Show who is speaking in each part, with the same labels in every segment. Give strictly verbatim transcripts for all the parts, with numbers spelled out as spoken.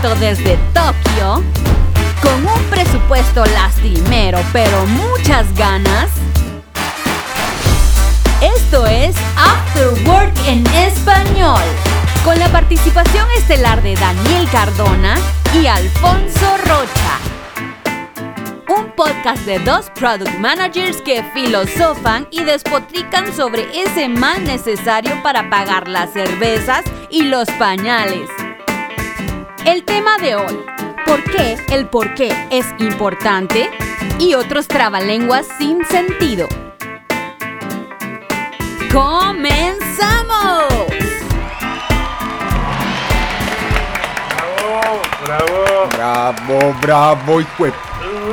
Speaker 1: directo desde Tokio, con un presupuesto lastimero, pero muchas ganas. Esto es After Work en español, con la participación estelar de Daniel Cardona y Alfonso Rocha. Un podcast de dos product managers que filosofan y despotrican sobre ese mal necesario para pagar las cervezas y los pañales. El tema de hoy: ¿por qué el por qué es importante? Y otros trabalenguas sin sentido. ¡Comenzamos!
Speaker 2: ¡Bravo!
Speaker 3: ¡Bravo, bravo, hijo de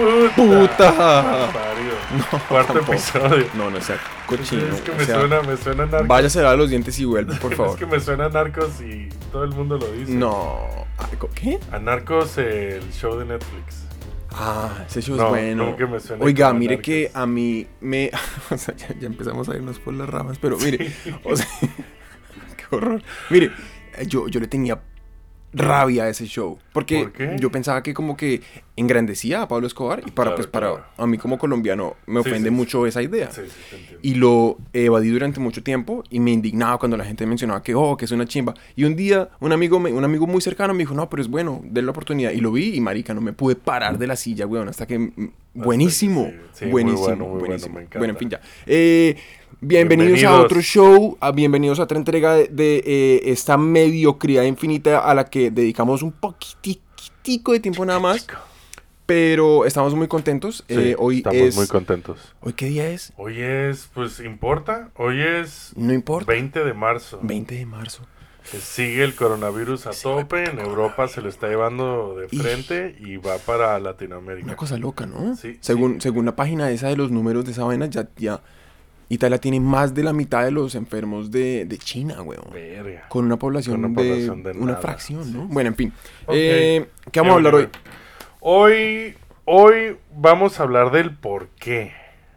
Speaker 3: puta!
Speaker 2: No, cuarto tampoco. Episodio.
Speaker 3: No, no sea cochino.
Speaker 2: Es que me,
Speaker 3: o sea,
Speaker 2: suena, me suena Narcos.
Speaker 3: Váyase a lavar los dientes y vuelve, por favor.
Speaker 2: Es que me suena Narcos y todo el mundo lo dice.
Speaker 3: No. ¿Qué?
Speaker 2: A Narcos, el show de Netflix.
Speaker 3: Ah, ese show
Speaker 2: no,
Speaker 3: es bueno.
Speaker 2: No, que me suena.
Speaker 3: Oiga, mire Narcos. Que a mí me... O sea, ya, ya empezamos a irnos por las ramas, pero mire, sí. O sea, qué horror. Mire, yo, yo le tenía rabia a ese show, porque
Speaker 2: ¿Por qué?
Speaker 3: Yo pensaba que como que engrandecía a Pablo Escobar y para,
Speaker 2: claro,
Speaker 3: pues, para
Speaker 2: claro.
Speaker 3: a mí como colombiano me
Speaker 2: sí,
Speaker 3: ofende
Speaker 2: sí,
Speaker 3: mucho
Speaker 2: sí.
Speaker 3: esa idea.
Speaker 2: Sí, sí, te entiendo.
Speaker 3: Y lo evadí durante mucho tiempo y me indignaba cuando la gente mencionaba que, oh, que es una chimba. Y un día un amigo, me, un amigo muy cercano me dijo, no, pero es bueno, denle la oportunidad. Y lo vi y marica, no me pude parar de la silla, weón, hasta que... Buenísimo,
Speaker 2: hasta que sí, sí,
Speaker 3: buenísimo,
Speaker 2: muy bueno, muy
Speaker 3: buenísimo.
Speaker 2: Bueno, me encanta.
Speaker 3: Bueno, en fin, ya. Eh... Bienvenidos,
Speaker 2: bienvenidos
Speaker 3: a otro show, a bienvenidos a otra entrega de, de eh, esta mediocridad infinita a la que dedicamos un poquitico de tiempo nada más, pero estamos muy contentos.
Speaker 2: Sí,
Speaker 3: eh, hoy
Speaker 2: estamos
Speaker 3: es,
Speaker 2: muy contentos.
Speaker 3: ¿Hoy qué día es?
Speaker 2: Hoy es, pues, ¿importa? Hoy es...
Speaker 3: No importa.
Speaker 2: veinte de marzo.
Speaker 3: veinte de marzo.
Speaker 2: Sigue el coronavirus a
Speaker 3: sí,
Speaker 2: tope, en Europa se lo está llevando de frente y, y va para Latinoamérica.
Speaker 3: Una cosa loca, ¿no?
Speaker 2: Sí,
Speaker 3: según,
Speaker 2: sí.
Speaker 3: según la página esa de los números de esa vaina, ya... ya Italia tiene más de la mitad de los enfermos de, de China, weón.
Speaker 2: Verga.
Speaker 3: Con una población,
Speaker 2: Con una
Speaker 3: de,
Speaker 2: población de
Speaker 3: una
Speaker 2: nada.
Speaker 3: fracción, ¿no?
Speaker 2: Sí,
Speaker 3: bueno, en fin.
Speaker 2: Okay.
Speaker 3: Eh, ¿Qué vamos a hablar hoy?
Speaker 2: Hoy, hoy vamos a hablar del por qué.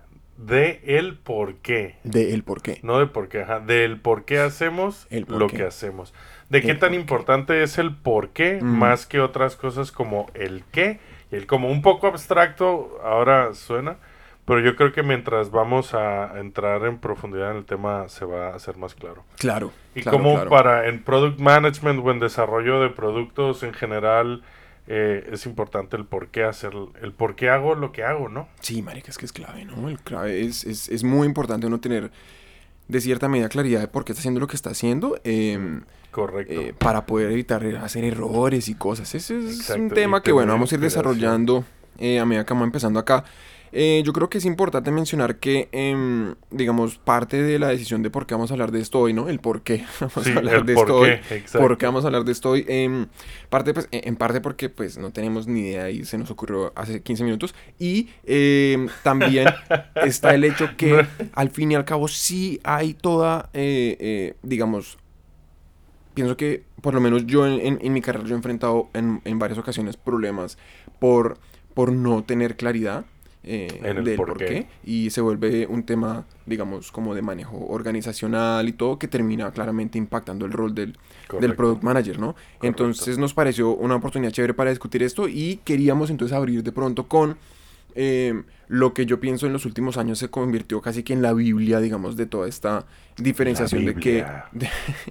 Speaker 2: De el por qué.
Speaker 3: De el por qué.
Speaker 2: No de por qué, ajá. Del por qué hacemos
Speaker 3: el por
Speaker 2: lo
Speaker 3: qué.
Speaker 2: que hacemos. De el qué tan importante es el por qué, mm. más que otras cosas como el qué. Y el como un poco abstracto ahora suena. Pero yo creo que mientras vamos a entrar en profundidad en el tema se va a hacer más claro.
Speaker 3: Claro.
Speaker 2: Y
Speaker 3: claro,
Speaker 2: como
Speaker 3: claro.
Speaker 2: para en product management o en desarrollo de productos en general eh, es importante el por qué hacer, el por qué hago lo que hago, ¿no?
Speaker 3: Sí, marica, es que es clave, ¿no? El clave es, es, es muy importante uno tener de cierta medida claridad de por qué está haciendo lo que está haciendo. Eh,
Speaker 2: Correcto.
Speaker 3: Eh, para poder evitar hacer errores y cosas. Ese es
Speaker 2: Exacto.
Speaker 3: un tema que, bueno, vamos a ir
Speaker 2: inspiración.
Speaker 3: desarrollando eh, a medida que vamos empezando acá. Eh, yo creo que es importante mencionar que, eh, digamos, parte de la decisión de por qué vamos a hablar de esto hoy, ¿no? El por qué vamos
Speaker 2: sí,
Speaker 3: a hablar
Speaker 2: el
Speaker 3: de
Speaker 2: por
Speaker 3: esto
Speaker 2: qué,
Speaker 3: hoy.
Speaker 2: exacto.
Speaker 3: ¿Por qué vamos a hablar de esto hoy? Eh, parte, pues, en parte porque, pues, no tenemos ni idea y se nos ocurrió hace quince minutos. Y eh, también está el hecho que, al fin y al cabo, sí hay toda, eh, eh, digamos... Pienso que, por lo menos yo en, en, en mi carrera, yo he enfrentado en, en varias ocasiones problemas por, por no tener claridad eh, del por qué. qué. Y se vuelve un tema, digamos, como de manejo organizacional y todo, que termina claramente impactando el rol del, del product manager, ¿no? Correcto. Entonces nos pareció una oportunidad chévere para discutir esto y queríamos entonces abrir de pronto con... Eh, lo que yo pienso en los últimos años se convirtió casi que en la Biblia, digamos, de toda esta diferenciación de que... De,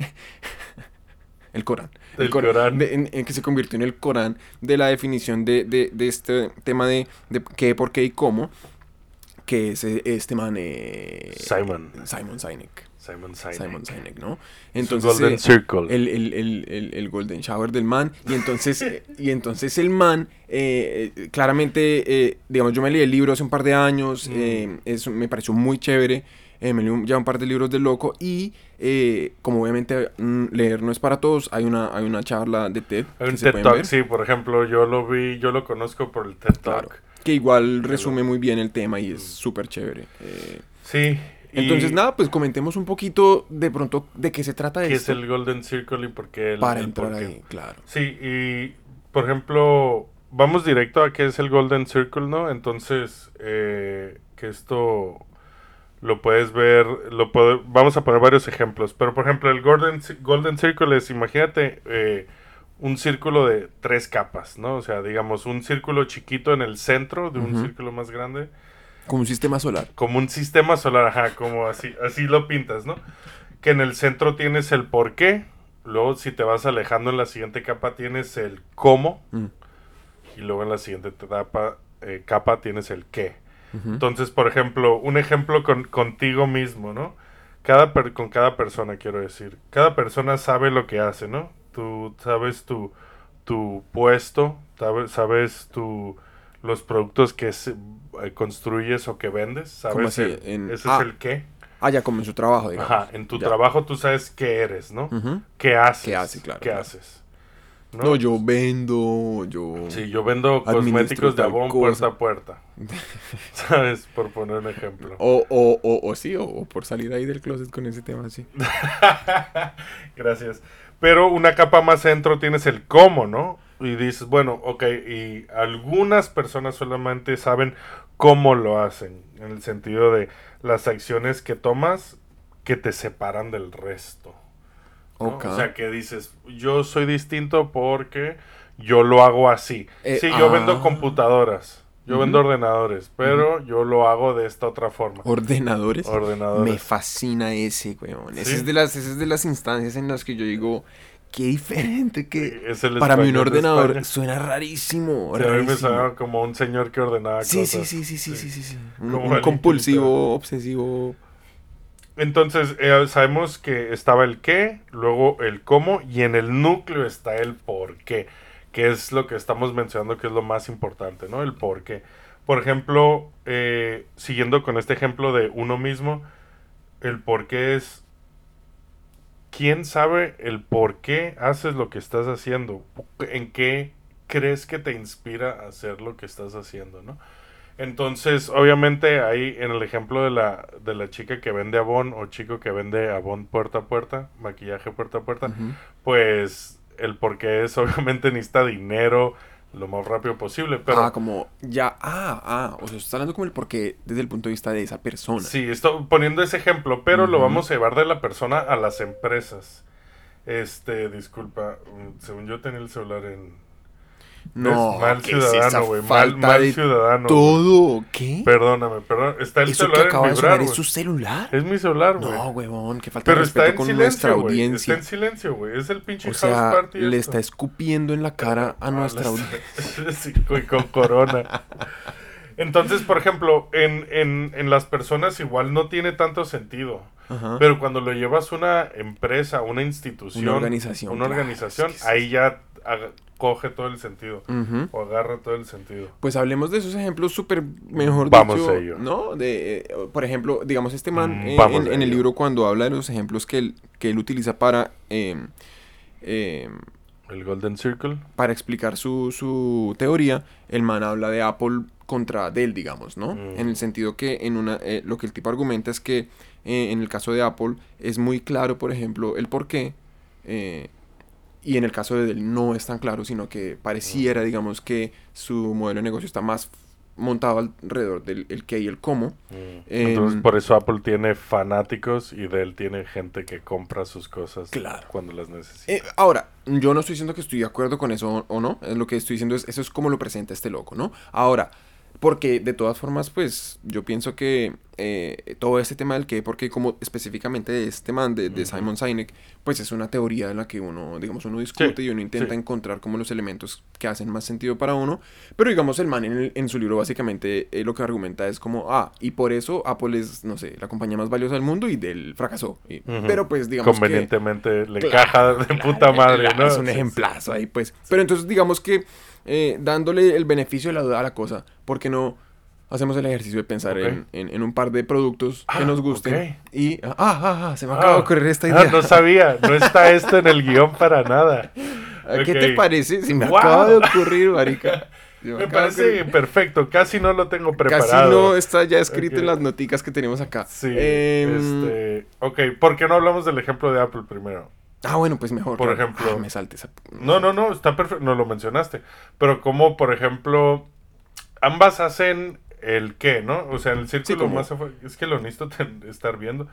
Speaker 3: el Corán.
Speaker 2: El,
Speaker 3: el Corán.
Speaker 2: Corán.
Speaker 3: De, en, en que se convirtió en el Corán de la definición de, de, de este tema de, de qué, por qué y cómo, que es este man... Eh,
Speaker 2: Simon.
Speaker 3: Simon Sinek.
Speaker 2: Simon Sinek.
Speaker 3: Simon Sinek, ¿no? Entonces,
Speaker 2: Golden
Speaker 3: eh,
Speaker 2: Circle.
Speaker 3: El, el, el, el, el Golden Shower del man. Y entonces, eh, y entonces el man, eh, eh, claramente, eh, digamos, yo me leí el libro hace un par de años, mm. eh, eso me pareció muy chévere. Eh, me leí ya un par de libros del loco y eh, como obviamente mm, leer no es para todos, hay una hay una charla de TED.
Speaker 2: Hay un TED Talk, sí, por ejemplo, yo lo vi, yo lo conozco por el TED Talk.
Speaker 3: Claro, que igual resume muy bien el tema y es súper chévere. Eh,
Speaker 2: sí.
Speaker 3: Entonces, nada, pues comentemos un poquito de pronto de qué se trata
Speaker 2: ¿Qué
Speaker 3: esto?
Speaker 2: es el Golden Circle y por qué? El,
Speaker 3: Para
Speaker 2: el
Speaker 3: entrar
Speaker 2: por qué.
Speaker 3: ahí, claro.
Speaker 2: Sí, y por ejemplo, vamos directo a qué es el Golden Circle, ¿no? Entonces, eh, que esto lo puedes ver, lo puede, vamos a poner varios ejemplos, pero por ejemplo, el Golden, Golden Circle es, imagínate, eh, un círculo de tres capas, ¿no? O sea, digamos, un círculo chiquito en el centro de un uh-huh. círculo más grande.
Speaker 3: Como un sistema solar.
Speaker 2: Como un sistema solar, ajá, como así, así lo pintas, ¿no? Que en el centro tienes el por qué, luego si te vas alejando en la siguiente capa tienes el cómo, mm. y luego en la siguiente etapa, eh, capa tienes el qué. Uh-huh. Entonces, por ejemplo, un ejemplo con, contigo mismo, ¿no? Cada per, con cada persona, quiero decir. Cada persona sabe lo que hace, ¿no? Tú sabes tu, tu puesto, sabes, sabes tu, los productos que se, eh, construyes o que vendes, ¿sabes? El, en, ese ah, es el qué.
Speaker 3: Ah, ya como en su trabajo, digamos.
Speaker 2: Ajá, en tu
Speaker 3: ya.
Speaker 2: trabajo tú sabes qué eres, ¿no?
Speaker 3: Uh-huh.
Speaker 2: ¿Qué haces?
Speaker 3: ¿Qué haces, claro?
Speaker 2: ¿Qué
Speaker 3: claro.
Speaker 2: haces?
Speaker 3: ¿No? no, yo vendo, yo...
Speaker 2: Sí, yo vendo cosméticos de Avon puerta a puerta. ¿Sabes? Por poner un ejemplo.
Speaker 3: O, o, o, o sí, o, o por salir ahí del closet con ese tema, sí.
Speaker 2: Gracias. Pero una capa más dentro tienes el cómo, ¿no? Y dices, bueno, ok, y algunas personas solamente saben cómo lo hacen. En el sentido de las acciones que tomas que te separan del resto. ¿no? Okay. O sea, que dices, yo soy distinto porque yo lo hago así. Eh, sí, yo ah. vendo computadoras, yo uh-huh. vendo ordenadores, pero uh-huh. yo lo hago de esta otra forma.
Speaker 3: ¿Ordenadores?
Speaker 2: Ordenadores.
Speaker 3: Me fascina ese, weón. ¿Sí? Esa es de las, esa es de las instancias en las que yo digo, qué diferente, que sí, para mí un ordenador suena rarísimo.
Speaker 2: Sí, rarísimo. A mí me suena como un señor que ordenaba
Speaker 3: sí,
Speaker 2: cosas.
Speaker 3: Sí, sí, sí, sí, sí, sí, sí. Un, un compulsivo, obsesivo...
Speaker 2: Entonces, eh, sabemos que estaba el qué, luego el cómo, y en el núcleo está el por qué, que es lo que estamos mencionando que es lo más importante, ¿no? El por qué. Por ejemplo, eh, siguiendo con este ejemplo de uno mismo, el por qué es, ¿quién sabe el por qué haces lo que estás haciendo? ¿En qué crees que te inspira a hacer lo que estás haciendo, no? Entonces, obviamente, ahí en el ejemplo de la, de la chica que vende Avon o chico que vende Avon puerta a puerta, maquillaje puerta a puerta, uh-huh. pues el por qué es, obviamente, necesita dinero lo más rápido posible. Pero,
Speaker 3: ah, como ya, ah, ah, o sea, está hablando como el por qué desde el punto de vista de esa persona.
Speaker 2: Sí, estoy poniendo ese ejemplo, pero uh-huh. lo vamos a llevar de la persona a las empresas. Este, disculpa, según yo tenía el celular en...
Speaker 3: No,
Speaker 2: es mal ciudadano, güey. Mal, mal ciudadano.
Speaker 3: Todo, wey. ¿Qué?
Speaker 2: Perdóname, perdón. Está el
Speaker 3: ¿Eso
Speaker 2: celular
Speaker 3: que acaba
Speaker 2: en
Speaker 3: de
Speaker 2: vibrar,
Speaker 3: sonar es su celular?
Speaker 2: Es mi celular, güey.
Speaker 3: No, huevón, que falta
Speaker 2: Pero
Speaker 3: de respeto
Speaker 2: está en
Speaker 3: con
Speaker 2: silencio,
Speaker 3: nuestra
Speaker 2: wey.
Speaker 3: audiencia.
Speaker 2: Está en silencio, güey. Es el pinche
Speaker 3: o sea,
Speaker 2: House Party.
Speaker 3: le
Speaker 2: esto.
Speaker 3: está escupiendo en la cara a nuestra audiencia.
Speaker 2: Sí, con, con corona. Entonces, por ejemplo, en, en, en las personas igual no tiene tanto sentido. Ajá. Pero cuando lo llevas a una empresa, una institución,
Speaker 3: una organización,
Speaker 2: una
Speaker 3: claro,
Speaker 2: organización
Speaker 3: es que
Speaker 2: ahí
Speaker 3: sí.
Speaker 2: ya haga, coge todo el sentido.
Speaker 3: Uh-huh.
Speaker 2: O agarra todo el sentido.
Speaker 3: Pues hablemos de esos ejemplos súper, mejor
Speaker 2: Vamos
Speaker 3: dicho,
Speaker 2: a ello.
Speaker 3: ¿no? De, eh, por ejemplo, digamos, este man eh,
Speaker 2: Vamos
Speaker 3: en, en el libro cuando habla de los ejemplos que él, que él utiliza para... Eh, eh,
Speaker 2: el Golden Circle.
Speaker 3: Para explicar su, su teoría, el man habla de Apple contra Dell, digamos, ¿no? Mm. En el sentido que en una eh, lo que el tipo argumenta es que eh, en el caso de Apple es muy claro, por ejemplo, el por qué, eh, y en el caso de Dell no es tan claro, sino que pareciera, mm. digamos, que su modelo de negocio está más montado alrededor del el qué y el cómo.
Speaker 2: Mm. Eh, Entonces, por eso Apple tiene fanáticos y Dell tiene gente que compra sus cosas
Speaker 3: claro.
Speaker 2: cuando las necesita.
Speaker 3: Eh, ahora, yo no estoy diciendo que estoy de acuerdo con eso o no. Lo que estoy diciendo es, eso es como lo presenta este loco, ¿no? Ahora, porque de todas formas, pues, yo pienso que eh, todo este tema del qué, porque como específicamente de este man, de, de Simon Sinek, pues es una teoría en la que uno, digamos, uno discute sí, y uno intenta sí. encontrar como los elementos que hacen más sentido para uno, pero digamos, el man en, el, en su libro básicamente eh, lo que argumenta es como, ah, y por eso Apple es, no sé, la compañía más valiosa del mundo y Dell fracasó. Y, uh-huh. Pero pues, digamos
Speaker 2: convenientemente
Speaker 3: que...
Speaker 2: le encaja de
Speaker 3: claro,
Speaker 2: puta madre,
Speaker 3: claro,
Speaker 2: ¿no?
Speaker 3: Es un ejemplazo ahí, pues. Sí. Pero entonces, digamos que Eh, dándole el beneficio de la duda a la cosa, ¿por qué no hacemos el ejercicio de pensar okay. en, en, en un par de productos ah, que nos gusten? Okay. Y, ah, ah, ah, se me acaba ah, de ocurrir esta idea.
Speaker 2: Ah, no sabía, no está esto en el guión para nada.
Speaker 3: ¿Qué okay. te parece? Si me wow. acaba de ocurrir, marica.
Speaker 2: Me, me parece perfecto, casi no lo tengo preparado.
Speaker 3: Casi no está ya escrito okay. en las noticas que tenemos acá.
Speaker 2: Sí, eh, este... Ok, ¿por qué no hablamos del ejemplo de Apple primero?
Speaker 3: Ah, bueno, pues mejor.
Speaker 2: Por
Speaker 3: claro.
Speaker 2: ejemplo...
Speaker 3: Ah, me salte esa...
Speaker 2: No, no, no, está perfecto, no lo mencionaste. Pero como, por ejemplo, ambas hacen el qué, ¿no? O sea, en el círculo sí, como... más... Es que lo necesito ten... estar viendo.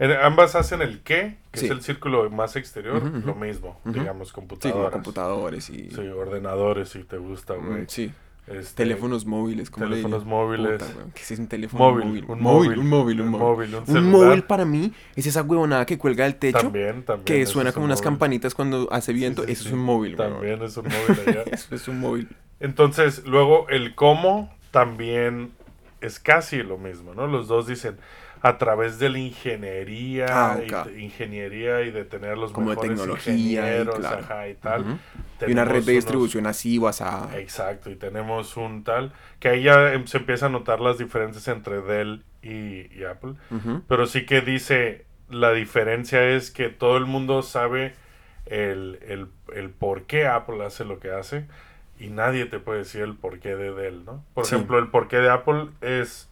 Speaker 2: En, ambas hacen el qué, que
Speaker 3: sí.
Speaker 2: es el círculo más exterior,
Speaker 3: uh-huh, uh-huh.
Speaker 2: lo mismo, uh-huh. digamos, computadoras.
Speaker 3: Sí, como computadores y...
Speaker 2: Sí, ordenadores, si te gusta, güey.
Speaker 3: Mm, sí.
Speaker 2: Este,
Speaker 3: teléfonos móviles, como
Speaker 2: teléfonos
Speaker 3: le
Speaker 2: móviles.
Speaker 3: Puta, ¿qué es un teléfono
Speaker 2: móvil?
Speaker 3: móvil?
Speaker 2: Un
Speaker 3: móvil,
Speaker 2: móvil,
Speaker 3: un móvil, un
Speaker 2: un
Speaker 3: móvil.
Speaker 2: móvil, un,
Speaker 3: un móvil para mí es esa huevonada que cuelga del techo.
Speaker 2: También, también.
Speaker 3: Que suena como
Speaker 2: un
Speaker 3: unas
Speaker 2: móvil.
Speaker 3: campanitas cuando hace viento. Sí, sí, eso sí. es un móvil,
Speaker 2: También
Speaker 3: bro.
Speaker 2: es un móvil allá.
Speaker 3: Eso es un móvil.
Speaker 2: Entonces, luego el cómo también es casi lo mismo, ¿no? Los dos dicen a través de la ingeniería,
Speaker 3: ah, okay.
Speaker 2: y, ingeniería y de tener los
Speaker 3: como
Speaker 2: mejores
Speaker 3: de tecnología
Speaker 2: ingenieros,
Speaker 3: y, claro.
Speaker 2: ajá, y tal.
Speaker 3: Uh-huh. Y una red de distribución unos... así, WhatsApp.
Speaker 2: Exacto, y tenemos un tal, que ahí ya se empieza a notar las diferencias entre Dell y, y Apple,
Speaker 3: uh-huh.
Speaker 2: pero sí que dice, la diferencia es que todo el mundo sabe el, el, el por qué Apple hace lo que hace, y nadie te puede decir el porqué de Dell, ¿no? Por sí. ejemplo, el porqué de Apple es...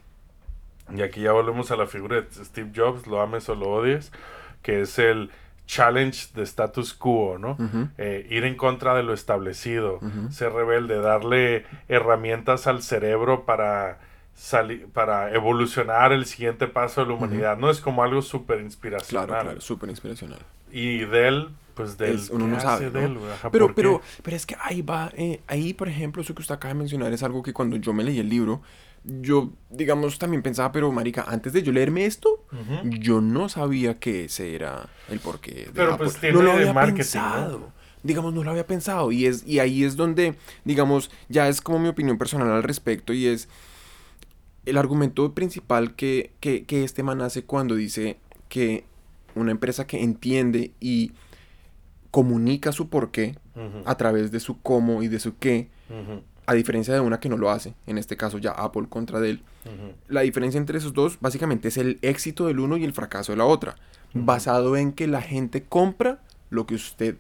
Speaker 2: Y aquí ya volvemos a la figura de Steve Jobs, lo ames o lo odies, que es el challenge de status quo, ¿no?
Speaker 3: Uh-huh.
Speaker 2: Eh, ir en contra de lo establecido,
Speaker 3: uh-huh.
Speaker 2: ser rebelde, darle herramientas al cerebro para, sali- para evolucionar el siguiente paso de la humanidad.
Speaker 3: Uh-huh.
Speaker 2: No es como algo súper inspiracional.
Speaker 3: Claro, claro, súper inspiracional.
Speaker 2: Y Dell, pues Dell,
Speaker 3: es, uno no sabe, ¿no?
Speaker 2: Dell, Ajá,
Speaker 3: pero, pero, pero es que ahí va, eh, ahí por ejemplo, eso que usted acaba de mencionar es algo que cuando yo me leí el libro, yo, digamos, también pensaba, pero marica, antes de yo leerme esto, uh-huh. yo no sabía que ese era el porqué de
Speaker 2: pero
Speaker 3: Apple.
Speaker 2: Pues tiene
Speaker 3: no lo había
Speaker 2: de marketing,
Speaker 3: pensado.
Speaker 2: ¿no?
Speaker 3: Digamos, no lo había pensado. Y es, y ahí es donde, digamos, ya es como mi opinión personal al respecto. Y es el argumento principal que, que, que este man hace cuando dice que una empresa que entiende y comunica su porqué uh-huh. a través de su cómo y de su qué, uh-huh. a diferencia de una que no lo hace, en este caso ya Apple contra Dell, uh-huh. la diferencia entre esos dos básicamente es el éxito del uno y el fracaso de la otra, uh-huh. basado en que la gente compra lo que usted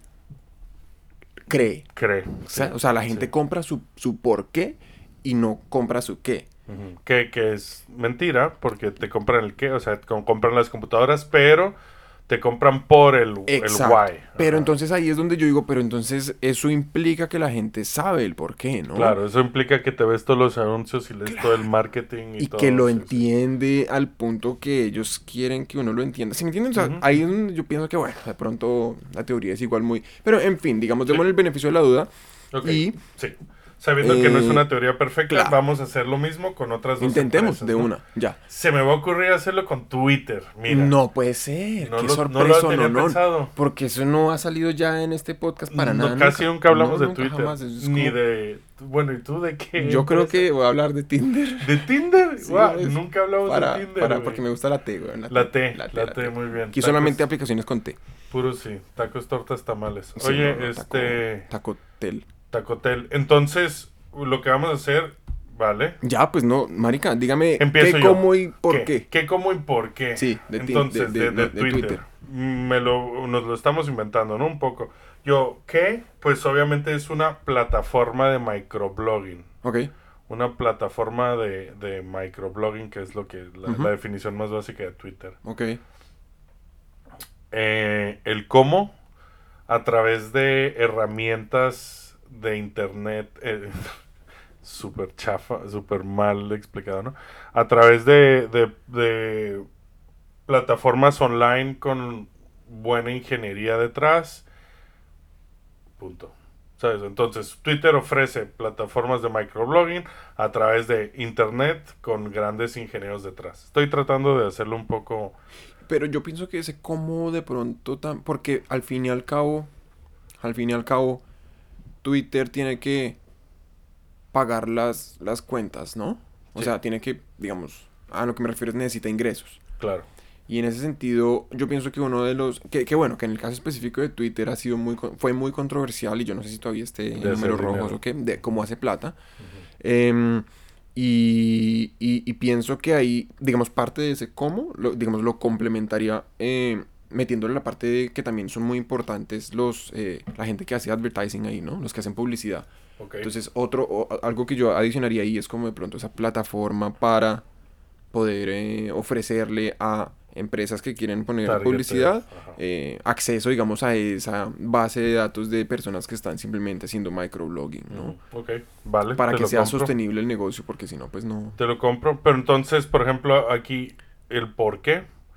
Speaker 3: cree.
Speaker 2: Cree.
Speaker 3: O sea,
Speaker 2: sí,
Speaker 3: o sea la gente
Speaker 2: sí.
Speaker 3: compra su, su por qué y no compra su qué.
Speaker 2: Uh-huh. Que, que es mentira, porque te compran el qué, o sea, com- compran las computadoras, pero... te compran por el, el why.
Speaker 3: Pero Ajá. entonces ahí es donde yo digo, pero entonces eso implica que la gente sabe el por qué, ¿no?
Speaker 2: Claro, eso implica que te ves todos los anuncios y lees
Speaker 3: claro.
Speaker 2: todo el marketing y,
Speaker 3: y
Speaker 2: todo.
Speaker 3: que lo
Speaker 2: sí,
Speaker 3: entiende sí. al punto que ellos quieren que uno lo entienda. ¿Sí me entienden? O sea, uh-huh. ahí es donde yo pienso que, bueno, de pronto la teoría es igual muy... Pero, en fin, digamos, sí. démosle el beneficio de la duda.
Speaker 2: Okay.
Speaker 3: Y...
Speaker 2: sí. Sabiendo eh, que no es una teoría perfecta,
Speaker 3: claro.
Speaker 2: vamos a hacer lo mismo con otras dos
Speaker 3: Intentemos
Speaker 2: empresas,
Speaker 3: de
Speaker 2: ¿no?
Speaker 3: una, ya.
Speaker 2: Se me va a ocurrir hacerlo con Twitter, mira.
Speaker 3: No puede ser,
Speaker 2: no
Speaker 3: qué
Speaker 2: lo,
Speaker 3: sorpresa,
Speaker 2: no lo tenía
Speaker 3: no,
Speaker 2: pensado.
Speaker 3: No, porque eso no ha salido ya en este podcast para
Speaker 2: no,
Speaker 3: nada.
Speaker 2: Casi
Speaker 3: nunca,
Speaker 2: nunca hablamos
Speaker 3: no,
Speaker 2: de
Speaker 3: nunca
Speaker 2: Twitter,
Speaker 3: jamás, es como...
Speaker 2: ni de... Bueno, ¿y tú de qué?
Speaker 3: Yo creo que voy a hablar de Tinder.
Speaker 2: ¿De Tinder?
Speaker 3: Sí,
Speaker 2: wow,
Speaker 3: es
Speaker 2: nunca hablamos
Speaker 3: para,
Speaker 2: de Tinder,
Speaker 3: para, Porque me gusta la T, güey.
Speaker 2: La, la T, la T, la T, muy bien.
Speaker 3: Aquí tacos, solamente aplicaciones con T.
Speaker 2: Puro sí, tacos, tortas, tamales.
Speaker 3: Sí,
Speaker 2: Oye,
Speaker 3: no, no,
Speaker 2: este...
Speaker 3: Taco, tacotel.
Speaker 2: Tacotel. Entonces, lo que vamos a hacer... Vale.
Speaker 3: Ya, pues no, marica, dígame
Speaker 2: Empiezo
Speaker 3: qué,
Speaker 2: yo.
Speaker 3: cómo y por
Speaker 2: ¿Qué?
Speaker 3: qué.
Speaker 2: ¿Qué, cómo y por qué?
Speaker 3: Sí, de
Speaker 2: Entonces,
Speaker 3: de, de,
Speaker 2: de, de,
Speaker 3: de
Speaker 2: Twitter.
Speaker 3: Twitter.
Speaker 2: Me lo, nos lo estamos inventando, ¿no? Un poco. Yo, ¿qué? Pues obviamente es una plataforma de microblogging.
Speaker 3: Ok.
Speaker 2: Una plataforma de, de microblogging, que es lo que la, uh-huh. la definición más básica de Twitter.
Speaker 3: Ok.
Speaker 2: Eh, el cómo, a través de herramientas de internet... Eh, súper chafa, súper mal explicado, ¿no? A través de, de, de plataformas online con buena ingeniería detrás. Punto. ¿Sabes? Entonces, Twitter ofrece plataformas de microblogging a través de internet con grandes ingenieros detrás. Estoy tratando de hacerlo un poco...
Speaker 3: Pero yo pienso que ese cómo de pronto... Tan... Porque al fin y al cabo, al fin y al cabo, Twitter tiene que... pagar las, las cuentas, ¿no? O sí. sea, tiene que, digamos, a lo que me refiero es necesita ingresos.
Speaker 2: Claro.
Speaker 3: Y en ese sentido, yo pienso que uno de los... Que, que bueno, que en el caso específico de Twitter ha sido muy fue muy controversial y yo no sé si todavía esté en números rojos o qué, de cómo hace plata. Uh-huh. Eh, y, y, y pienso que ahí, digamos, parte de ese cómo, lo, digamos, lo complementaría... Eh, metiéndole la parte de que también son muy importantes los eh, la gente que hace advertising ahí, ¿no? Los que hacen publicidad.
Speaker 2: Okay.
Speaker 3: Entonces, otro o, algo que yo adicionaría ahí es como de pronto esa plataforma para poder eh, ofrecerle a empresas que quieren poner Target, publicidad eh, acceso, digamos, a esa base de datos de personas que están simplemente haciendo microblogging, ¿no?
Speaker 2: Mm, ok, vale.
Speaker 3: Para que sea
Speaker 2: compro.
Speaker 3: sostenible el negocio, porque si no, pues no...
Speaker 2: Te lo compro, pero entonces, por ejemplo, aquí el por qué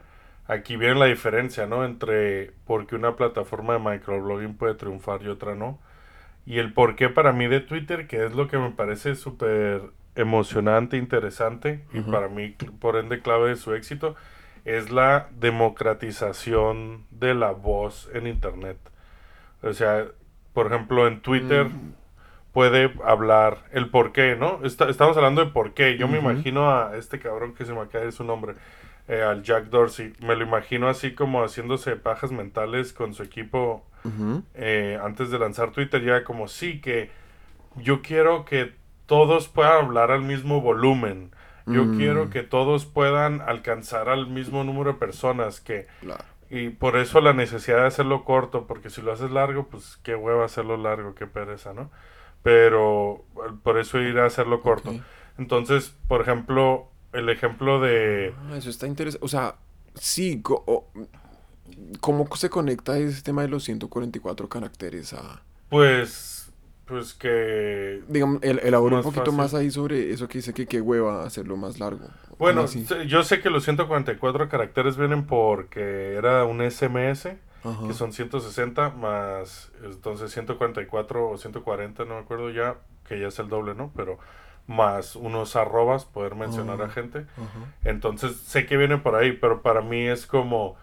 Speaker 2: aquí viene la diferencia, ¿no? Entre por qué una plataforma de microblogging puede triunfar y otra no. Y el por qué para mí de Twitter, que es lo que me parece súper emocionante, interesante, uh-huh. y para mí, por ende, clave de su éxito, es la democratización de la voz en Internet. O sea, por ejemplo, en Twitter mm. puede hablar el por qué, ¿no? Está, estamos hablando de por qué. Yo uh-huh. me imagino a este cabrón que se me acaba de su nombre, eh, al Jack Dorsey. Me lo imagino así como haciéndose pajas mentales con su equipo uh-huh. eh, antes de lanzar Twitter. Ya como, sí, que yo quiero que todos puedan hablar al mismo volumen. Yo mm. quiero que todos puedan alcanzar al mismo número de personas que...
Speaker 3: Claro.
Speaker 2: Y por eso la necesidad de hacerlo corto, porque si lo haces largo, pues qué hueva hacerlo largo, qué pereza, ¿no? Pero por eso ir a hacerlo corto. Okay. Entonces, por ejemplo, el ejemplo de...
Speaker 3: Ah, eso está interesante. O sea, sí, co- o, ¿cómo se conecta ese tema de los ciento cuarenta y cuatro caracteres a...?
Speaker 2: Pues... Pues que...
Speaker 3: Digamos, el, elabora un poquito fácil. Más ahí sobre eso que dice que qué hueva hacerlo más largo.
Speaker 2: Bueno, yo sé que los ciento cuarenta y cuatro caracteres vienen porque era un S M S, ajá. que son ciento sesenta más, entonces ciento cuarenta y cuatro o ciento cuarenta, no me acuerdo ya, que ya es el doble, ¿no? Pero más unos arrobas, poder mencionar ajá. a gente. Ajá. Entonces sé que viene por ahí, pero para mí es como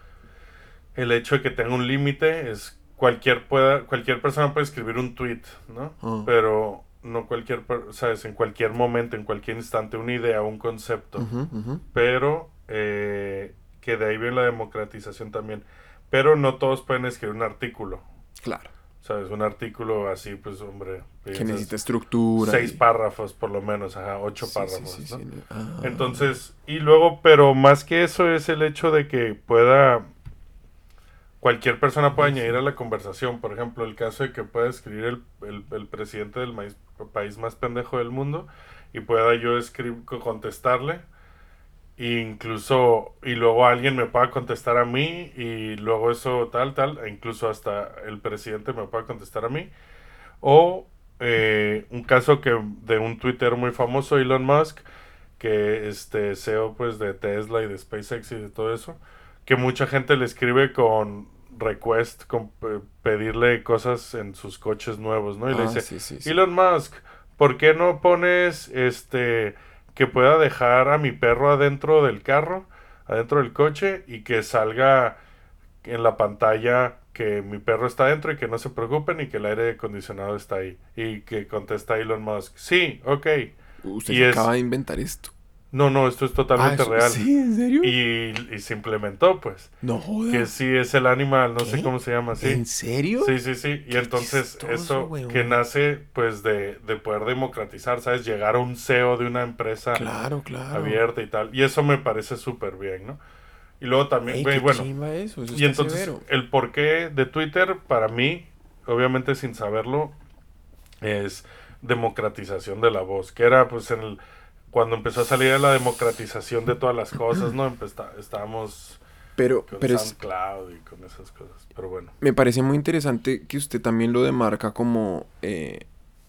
Speaker 2: el hecho de que tenga un límite, es cualquier pueda cualquier persona puede escribir un tweet, ¿no? Uh. Pero no cualquier, sabes, en cualquier momento, en cualquier instante, una idea, un concepto. Uh-huh, uh-huh. Pero eh, que de ahí viene la democratización también. Pero no todos pueden escribir un artículo.
Speaker 3: Claro.
Speaker 2: ¿Sabes? Un artículo así, pues, hombre...
Speaker 3: Que necesita estructura.
Speaker 2: Seis
Speaker 3: y...
Speaker 2: párrafos, por lo menos, ajá, ocho
Speaker 3: sí,
Speaker 2: párrafos,
Speaker 3: sí, sí,
Speaker 2: ¿no?
Speaker 3: Sí, sí. Ah.
Speaker 2: Entonces, y luego, pero más que eso es el hecho de que pueda... Cualquier persona puede añadir a la conversación. Por ejemplo, el caso de que pueda escribir el, el, el presidente del maíz, país más pendejo del mundo y pueda yo escribir, contestarle, e incluso, y luego alguien me pueda contestar a mí, y luego eso tal, tal, e incluso hasta el presidente me pueda contestar a mí. O eh, un caso que de un Twitter muy famoso, Elon Musk, que este C E O pues de Tesla y de SpaceX y de todo eso, que mucha gente le escribe con request, con p- pedirle cosas en sus coches nuevos, ¿no? Y ah, le dice,
Speaker 3: sí, sí, sí.
Speaker 2: Elon Musk, ¿por qué no pones este que pueda dejar a mi perro adentro del carro, adentro del coche, y que salga en la pantalla que mi perro está adentro y que no se preocupen y que el aire acondicionado está ahí? Y que contesta Elon Musk, sí, ok.
Speaker 3: Usted
Speaker 2: y
Speaker 3: acaba
Speaker 2: es,
Speaker 3: de inventar esto.
Speaker 2: No, no, esto es totalmente
Speaker 3: ah, ¿eso,
Speaker 2: real.
Speaker 3: ¿Sí? ¿En serio?
Speaker 2: Y, y se implementó, pues.
Speaker 3: No jodas.
Speaker 2: Que sí es el animal, no
Speaker 3: ¿Qué?
Speaker 2: sé cómo se llama, sí.
Speaker 3: ¿En serio?
Speaker 2: Sí, sí, sí. Y entonces
Speaker 3: chistoso,
Speaker 2: eso
Speaker 3: weón.
Speaker 2: Que nace, pues, de, de poder democratizar, ¿sabes? Llegar a un C E O de una empresa
Speaker 3: claro, claro.
Speaker 2: abierta y tal. Y eso me parece súper bien, ¿no? Y luego también,
Speaker 3: Ey,
Speaker 2: güey,
Speaker 3: qué
Speaker 2: bueno.
Speaker 3: chimba eso, eso
Speaker 2: y
Speaker 3: está
Speaker 2: entonces,
Speaker 3: severo.
Speaker 2: el porqué de Twitter, para mí, obviamente sin saberlo, es democratización de la voz. Que era, pues, en el... Cuando empezó a salir la democratización de todas las cosas, ¿no? Empezá, estábamos
Speaker 3: pero,
Speaker 2: con
Speaker 3: pero
Speaker 2: SoundCloud y con esas cosas. Pero bueno.
Speaker 3: Me parece muy interesante que usted también lo demarca como eh,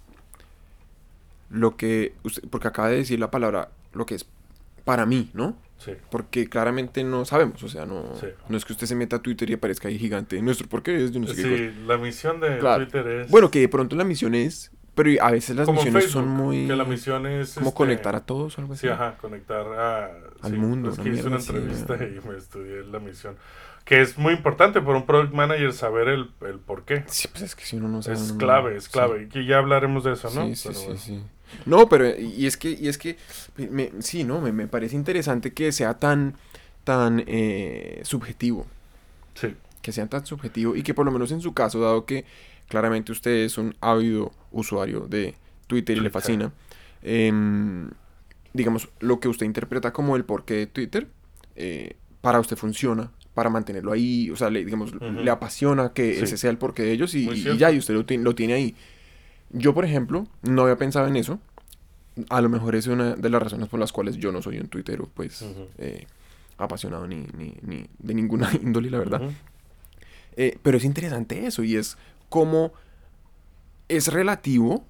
Speaker 3: lo que... Usted, porque acaba de decir la palabra, lo que es para mí, ¿no?
Speaker 2: Sí.
Speaker 3: Porque claramente no sabemos, o sea, no, sí. no es que usted se meta a Twitter y aparezca ahí gigante. Nuestro por qué es, yo no sé
Speaker 2: sí,
Speaker 3: qué cosa.
Speaker 2: La misión de
Speaker 3: claro.
Speaker 2: Twitter es...
Speaker 3: Bueno, que de pronto la misión es... Pero a veces las
Speaker 2: como
Speaker 3: misiones
Speaker 2: Facebook,
Speaker 3: son muy...
Speaker 2: que la misión es...
Speaker 3: Como
Speaker 2: este,
Speaker 3: conectar a todos o algo así.
Speaker 2: Sí, ajá, conectar a...
Speaker 3: Al
Speaker 2: sí,
Speaker 3: mundo.
Speaker 2: Es que hice una entrevista
Speaker 3: así,
Speaker 2: y me estudié la misión. Que es muy importante por un product manager saber el, el por qué.
Speaker 3: Sí, pues es que si uno no sabe...
Speaker 2: Es
Speaker 3: uno
Speaker 2: clave,
Speaker 3: no...
Speaker 2: es clave. Sí. Y ya hablaremos de eso, ¿no?
Speaker 3: Sí, sí,
Speaker 2: pero
Speaker 3: sí,
Speaker 2: bueno.
Speaker 3: sí. No, pero... Y es que... Y es que me, sí, ¿no? Me, me parece interesante que sea tan... Tan eh, subjetivo.
Speaker 2: Sí.
Speaker 3: Que sea tan subjetivo y que por lo menos en su caso, dado que claramente usted es un ávido usuario de Twitter y Twitter. Le fascina, eh, digamos, lo que usted interpreta como el porqué de Twitter, eh, para usted funciona, para mantenerlo ahí, o sea, le, digamos, uh-huh. le apasiona que sí. ese sea el porqué de ellos y, y ya, y usted lo, lo tiene ahí. Yo, por ejemplo, no había pensado en eso. A lo mejor es una de las razones por las cuales yo no soy un tuitero, pues... Uh-huh. eh, apasionado ni, ni, ni de ninguna índole, la verdad. Uh-huh. Eh, pero es interesante eso, y es cómo es relativo,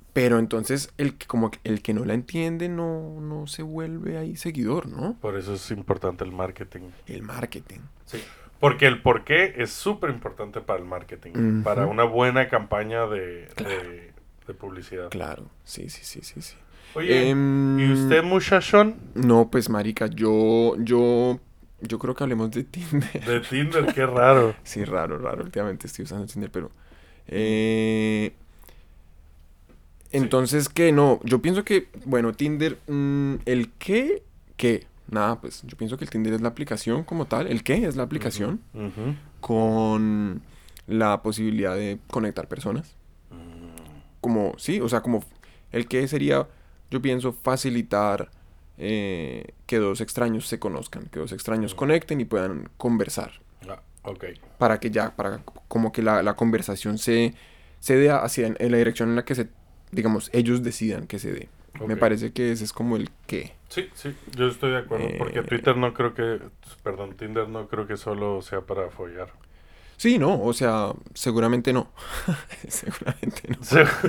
Speaker 3: Pero entonces el que, como el que no la entiende no, no se vuelve ahí seguidor, ¿no?
Speaker 2: Por eso es importante el marketing.
Speaker 3: El marketing.
Speaker 2: Sí. Porque el por qué es súper importante para el marketing. Uh-huh. Para una buena campaña de, claro. de, de publicidad.
Speaker 3: Claro, sí, sí, sí, sí, sí.
Speaker 2: Oye, um, ¿y usted, muchachón?
Speaker 3: No, pues, marica, yo, yo, yo creo que hablemos de Tinder.
Speaker 2: De Tinder, qué raro.
Speaker 3: Sí, raro, raro. Últimamente estoy usando Tinder, pero... Eh, entonces, sí. ¿qué? No, yo pienso que, bueno, Tinder, mmm, ¿el qué? ¿Qué? Nada, pues yo pienso que el Tinder es la aplicación como tal. ¿El qué? Es la aplicación
Speaker 2: uh-huh. Uh-huh.
Speaker 3: con la posibilidad de conectar personas.
Speaker 2: Uh-huh.
Speaker 3: Como, sí, o sea, como el qué sería, yo pienso, facilitar eh, que dos extraños se conozcan, que dos extraños uh-huh. conecten y puedan conversar.
Speaker 2: Ah, ok.
Speaker 3: Para que ya, para como que la, la conversación se, se dé hacia en, en la dirección en la que se, digamos, ellos decidan que se dé. Okay. Me parece que ese es como el qué.
Speaker 2: Sí, sí, yo estoy de acuerdo, eh, porque Twitter no creo que, perdón, Tinder no creo que solo sea para follar.
Speaker 3: Sí, no, o sea, seguramente no. seguramente no.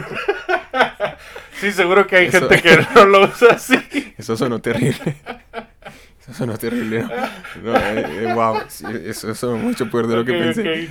Speaker 2: Sí, seguro que hay eso, gente que no lo usa así.
Speaker 3: Eso sonó terrible. Eso sonó terrible. No, eh, eh, wow, sí, eso sonó mucho peor de lo okay, que pensé.
Speaker 2: Okay,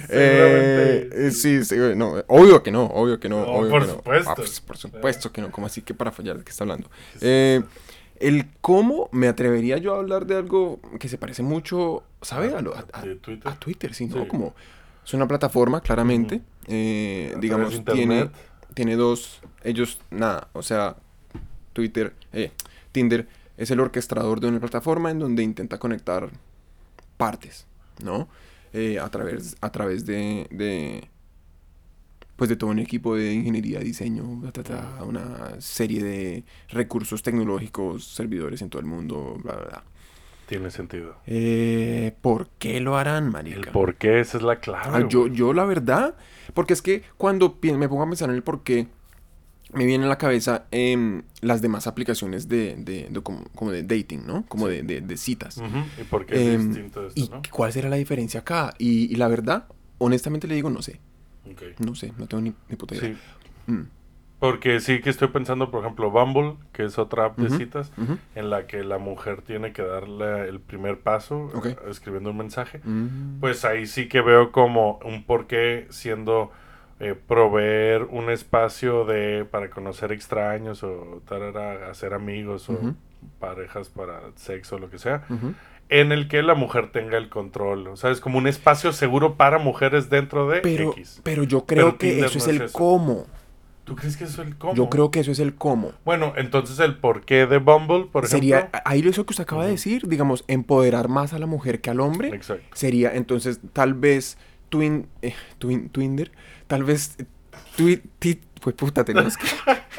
Speaker 3: eh, sí, sí, no, obvio que no, obvio que no,
Speaker 2: no
Speaker 3: obvio
Speaker 2: por
Speaker 3: que
Speaker 2: supuesto.
Speaker 3: No. Ah, pues, por supuesto que no, ¿cómo así que para fallar? ¿De qué está hablando? Eh, el cómo, me atrevería yo a hablar de algo que se parece mucho, ¿sabe? A, a, a,
Speaker 2: Twitter?
Speaker 3: a Twitter, sí, ¿no? Sí. Como es una plataforma, claramente, uh-huh. eh, digamos, tiene, tiene dos, ellos, nada, o sea, Twitter, eh, Tinder es el orquestador de una plataforma en donde intenta conectar partes, ¿no? Eh, a través, a través de, de, pues de todo un equipo de ingeniería, diseño, bla, bla, bla, una serie de recursos tecnológicos, servidores en todo el mundo, bla, bla, bla.
Speaker 2: Tiene sentido.
Speaker 3: Eh, ¿Por qué lo harán, marica?
Speaker 2: El por qué, esa es la clave.
Speaker 3: Ah, yo, yo, la verdad, porque es que cuando pi- me pongo a pensar en el por qué, me viene a la cabeza eh, las demás aplicaciones de, de, de como, como de dating, ¿no? Como sí. de, de, de citas.
Speaker 2: Uh-huh. ¿Y por qué
Speaker 3: eh,
Speaker 2: es distinto esto,
Speaker 3: ¿Y
Speaker 2: no?
Speaker 3: cuál será la diferencia acá? Y, y la verdad, honestamente le digo, no sé.
Speaker 2: Okay.
Speaker 3: No sé, no tengo ni, ni puta idea.
Speaker 2: Sí.
Speaker 3: Mm.
Speaker 2: Porque sí que estoy pensando, por ejemplo, Bumble, que es otra app de
Speaker 3: uh-huh.
Speaker 2: citas,
Speaker 3: uh-huh.
Speaker 2: en la que la mujer tiene que darle el primer paso,
Speaker 3: okay.
Speaker 2: uh, escribiendo un mensaje.
Speaker 3: Mm.
Speaker 2: Pues ahí sí que veo como un porqué siendo... Eh, proveer un espacio de para conocer extraños o tarara, hacer amigos o uh-huh. parejas para sexo o lo que sea,
Speaker 3: uh-huh.
Speaker 2: en el que la mujer tenga el control, o sea, es como un espacio seguro para mujeres dentro de
Speaker 3: pero,
Speaker 2: X.
Speaker 3: Pero yo creo
Speaker 2: pero
Speaker 3: que
Speaker 2: Tinder
Speaker 3: eso
Speaker 2: no
Speaker 3: es el
Speaker 2: eso.
Speaker 3: cómo.
Speaker 2: ¿Tú crees que eso es el cómo?
Speaker 3: Yo creo que eso es el cómo.
Speaker 2: Bueno, entonces el porqué de Bumble, por
Speaker 3: sería,
Speaker 2: ejemplo.
Speaker 3: Ahí eso que usted acaba uh-huh. de decir, digamos, empoderar más a la mujer que al hombre.
Speaker 2: Exacto.
Speaker 3: Sería, entonces, tal vez, twin, eh, twin, Twinder, tal vez... Tweet, tit, pues puta, tenemos que...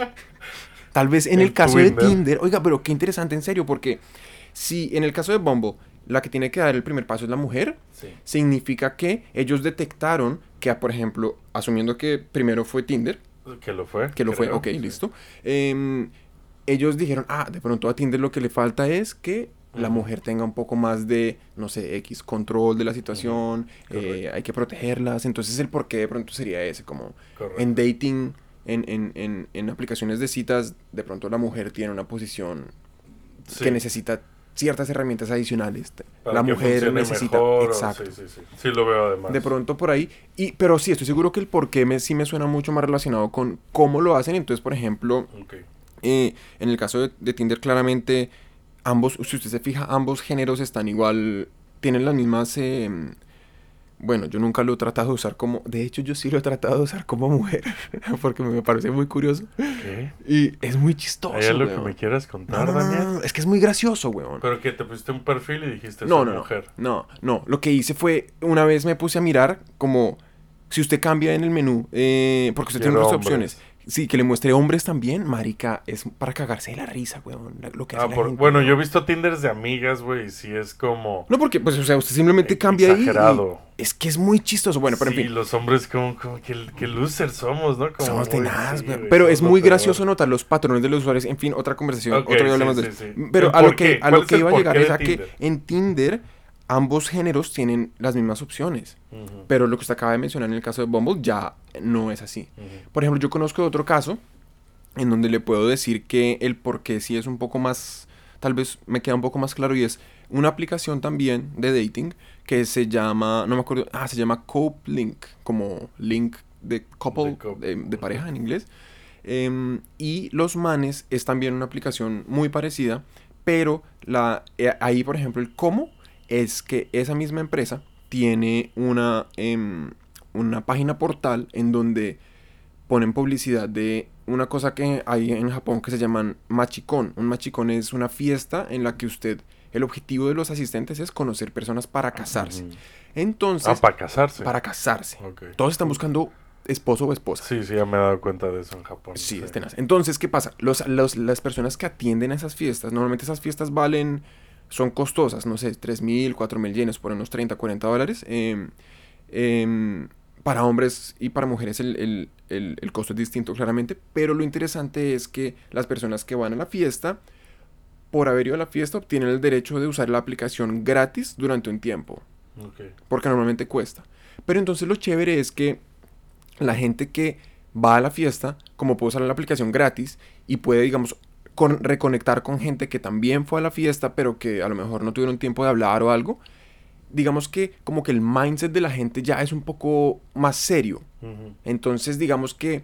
Speaker 3: Tal vez en el, el caso Twinder. de Tinder... Oiga, pero qué interesante, en serio, porque si en el caso de Bumble, la que tiene que dar el primer paso es la mujer,
Speaker 2: sí.
Speaker 3: significa que ellos detectaron que, por ejemplo, asumiendo que primero fue Tinder...
Speaker 2: Que lo fue.
Speaker 3: Que lo creo, fue, ok, sí. listo. Eh, ellos dijeron, ah, de pronto a Tinder lo que le falta es que... la uh-huh. mujer tenga un poco más de, no sé, X, control de la situación, uh-huh. eh, hay que protegerlas, entonces el porqué de pronto sería ese, como Correcto. en dating, en, en, en, en aplicaciones de citas, de pronto la mujer tiene una posición sí. que necesita ciertas herramientas adicionales,
Speaker 2: para
Speaker 3: la mujer necesita,
Speaker 2: mejor,
Speaker 3: exacto,
Speaker 2: sí, sí, sí. sí lo veo además.
Speaker 3: De pronto por ahí, y pero sí, estoy seguro que el porqué me, sí me suena mucho más relacionado con cómo lo hacen, entonces por ejemplo,
Speaker 2: okay.
Speaker 3: eh, en el caso de, de Tinder claramente... Ambos, si usted se fija, ambos géneros están igual, tienen las mismas, eh, bueno, yo nunca lo he tratado de usar como, de hecho yo sí lo he tratado de usar como mujer, porque me parece muy curioso.
Speaker 2: ¿Qué?
Speaker 3: Y es muy chistoso,
Speaker 2: ¿Hay algo weón. que me quieras contar,
Speaker 3: no, no,
Speaker 2: Daniel?
Speaker 3: No, no, es que es muy gracioso, weón.
Speaker 2: Pero que te pusiste un perfil y dijiste,
Speaker 3: no,
Speaker 2: soy
Speaker 3: no,
Speaker 2: mujer.
Speaker 3: No, no, lo que hice fue, una vez me puse a mirar como, si usted cambia en el menú, eh, porque usted Quiero tiene muchas hombres. opciones. Sí, que le muestre hombres también, marica, es para cagarse de la risa, weón, lo que hace
Speaker 2: ah,
Speaker 3: la
Speaker 2: por,
Speaker 3: gente,
Speaker 2: bueno,
Speaker 3: weón.
Speaker 2: yo he visto Tinders de amigas, güey, y sí es como...
Speaker 3: No, porque, pues, o sea, usted simplemente cambia
Speaker 2: exagerado.
Speaker 3: ahí y es que es muy chistoso, bueno, pero en
Speaker 2: sí,
Speaker 3: fin.
Speaker 2: los hombres como, como que, que losers somos, ¿no? Como
Speaker 3: somos tenaz,
Speaker 2: sí,
Speaker 3: güey,
Speaker 2: güey,
Speaker 3: pero es muy
Speaker 2: peor.
Speaker 3: gracioso notar los patrones de los usuarios, en fin, otra conversación,
Speaker 2: okay,
Speaker 3: otro día
Speaker 2: sí,
Speaker 3: hablamos
Speaker 2: sí,
Speaker 3: de eso.
Speaker 2: Sí.
Speaker 3: Pero a lo que, a lo que iba a llegar es a que
Speaker 2: Tinder?
Speaker 3: en Tinder... ambos géneros tienen las mismas opciones. Uh-huh. Pero lo que usted acaba de mencionar en el caso de Bumble ya no es así. Uh-huh. Por ejemplo, yo conozco otro caso en donde le puedo decir que el por qué sí es un poco más, tal vez me queda un poco más claro, y es una aplicación también de dating que se llama, no me acuerdo, ah, se llama Couple Link, como link de couple, de, couple. de, de pareja en inglés. Eh, y Los Manes es también una aplicación muy parecida, pero la, eh, ahí, por ejemplo, el cómo es que esa misma empresa tiene una, eh, una página portal en donde ponen publicidad de una cosa que hay en Japón que se llaman machicón. Un machicón es una fiesta en la que usted, el objetivo de los asistentes es conocer personas para casarse. Uh-huh. Entonces...
Speaker 2: Ah, para casarse.
Speaker 3: Para casarse.
Speaker 2: Okay.
Speaker 3: Todos están buscando esposo o esposa.
Speaker 2: Sí, sí, ya me he dado cuenta de eso en Japón.
Speaker 3: Sí,
Speaker 2: sí.
Speaker 3: es tenaz. Entonces, ¿qué pasa? Los, los, las personas que atienden a esas fiestas, normalmente esas fiestas valen, son costosas, no sé, tres mil, cuatro mil yenes, por unos treinta, cuarenta dólares. Eh, eh, para hombres y para mujeres el, el, el, el costo es distinto, claramente, pero lo interesante es que las personas que van a la fiesta, por haber ido a la fiesta, obtienen el derecho de usar la aplicación gratis durante un tiempo.
Speaker 2: Okay.
Speaker 3: Porque normalmente cuesta. Pero entonces lo chévere es que la gente que va a la fiesta, como puede usar la aplicación gratis y puede, digamos, con, reconectar con gente que también fue a la fiesta, pero que a lo mejor no tuvieron tiempo de hablar o algo, digamos que como que el mindset de la gente ya es un poco más serio. Uh-huh. Entonces, digamos que...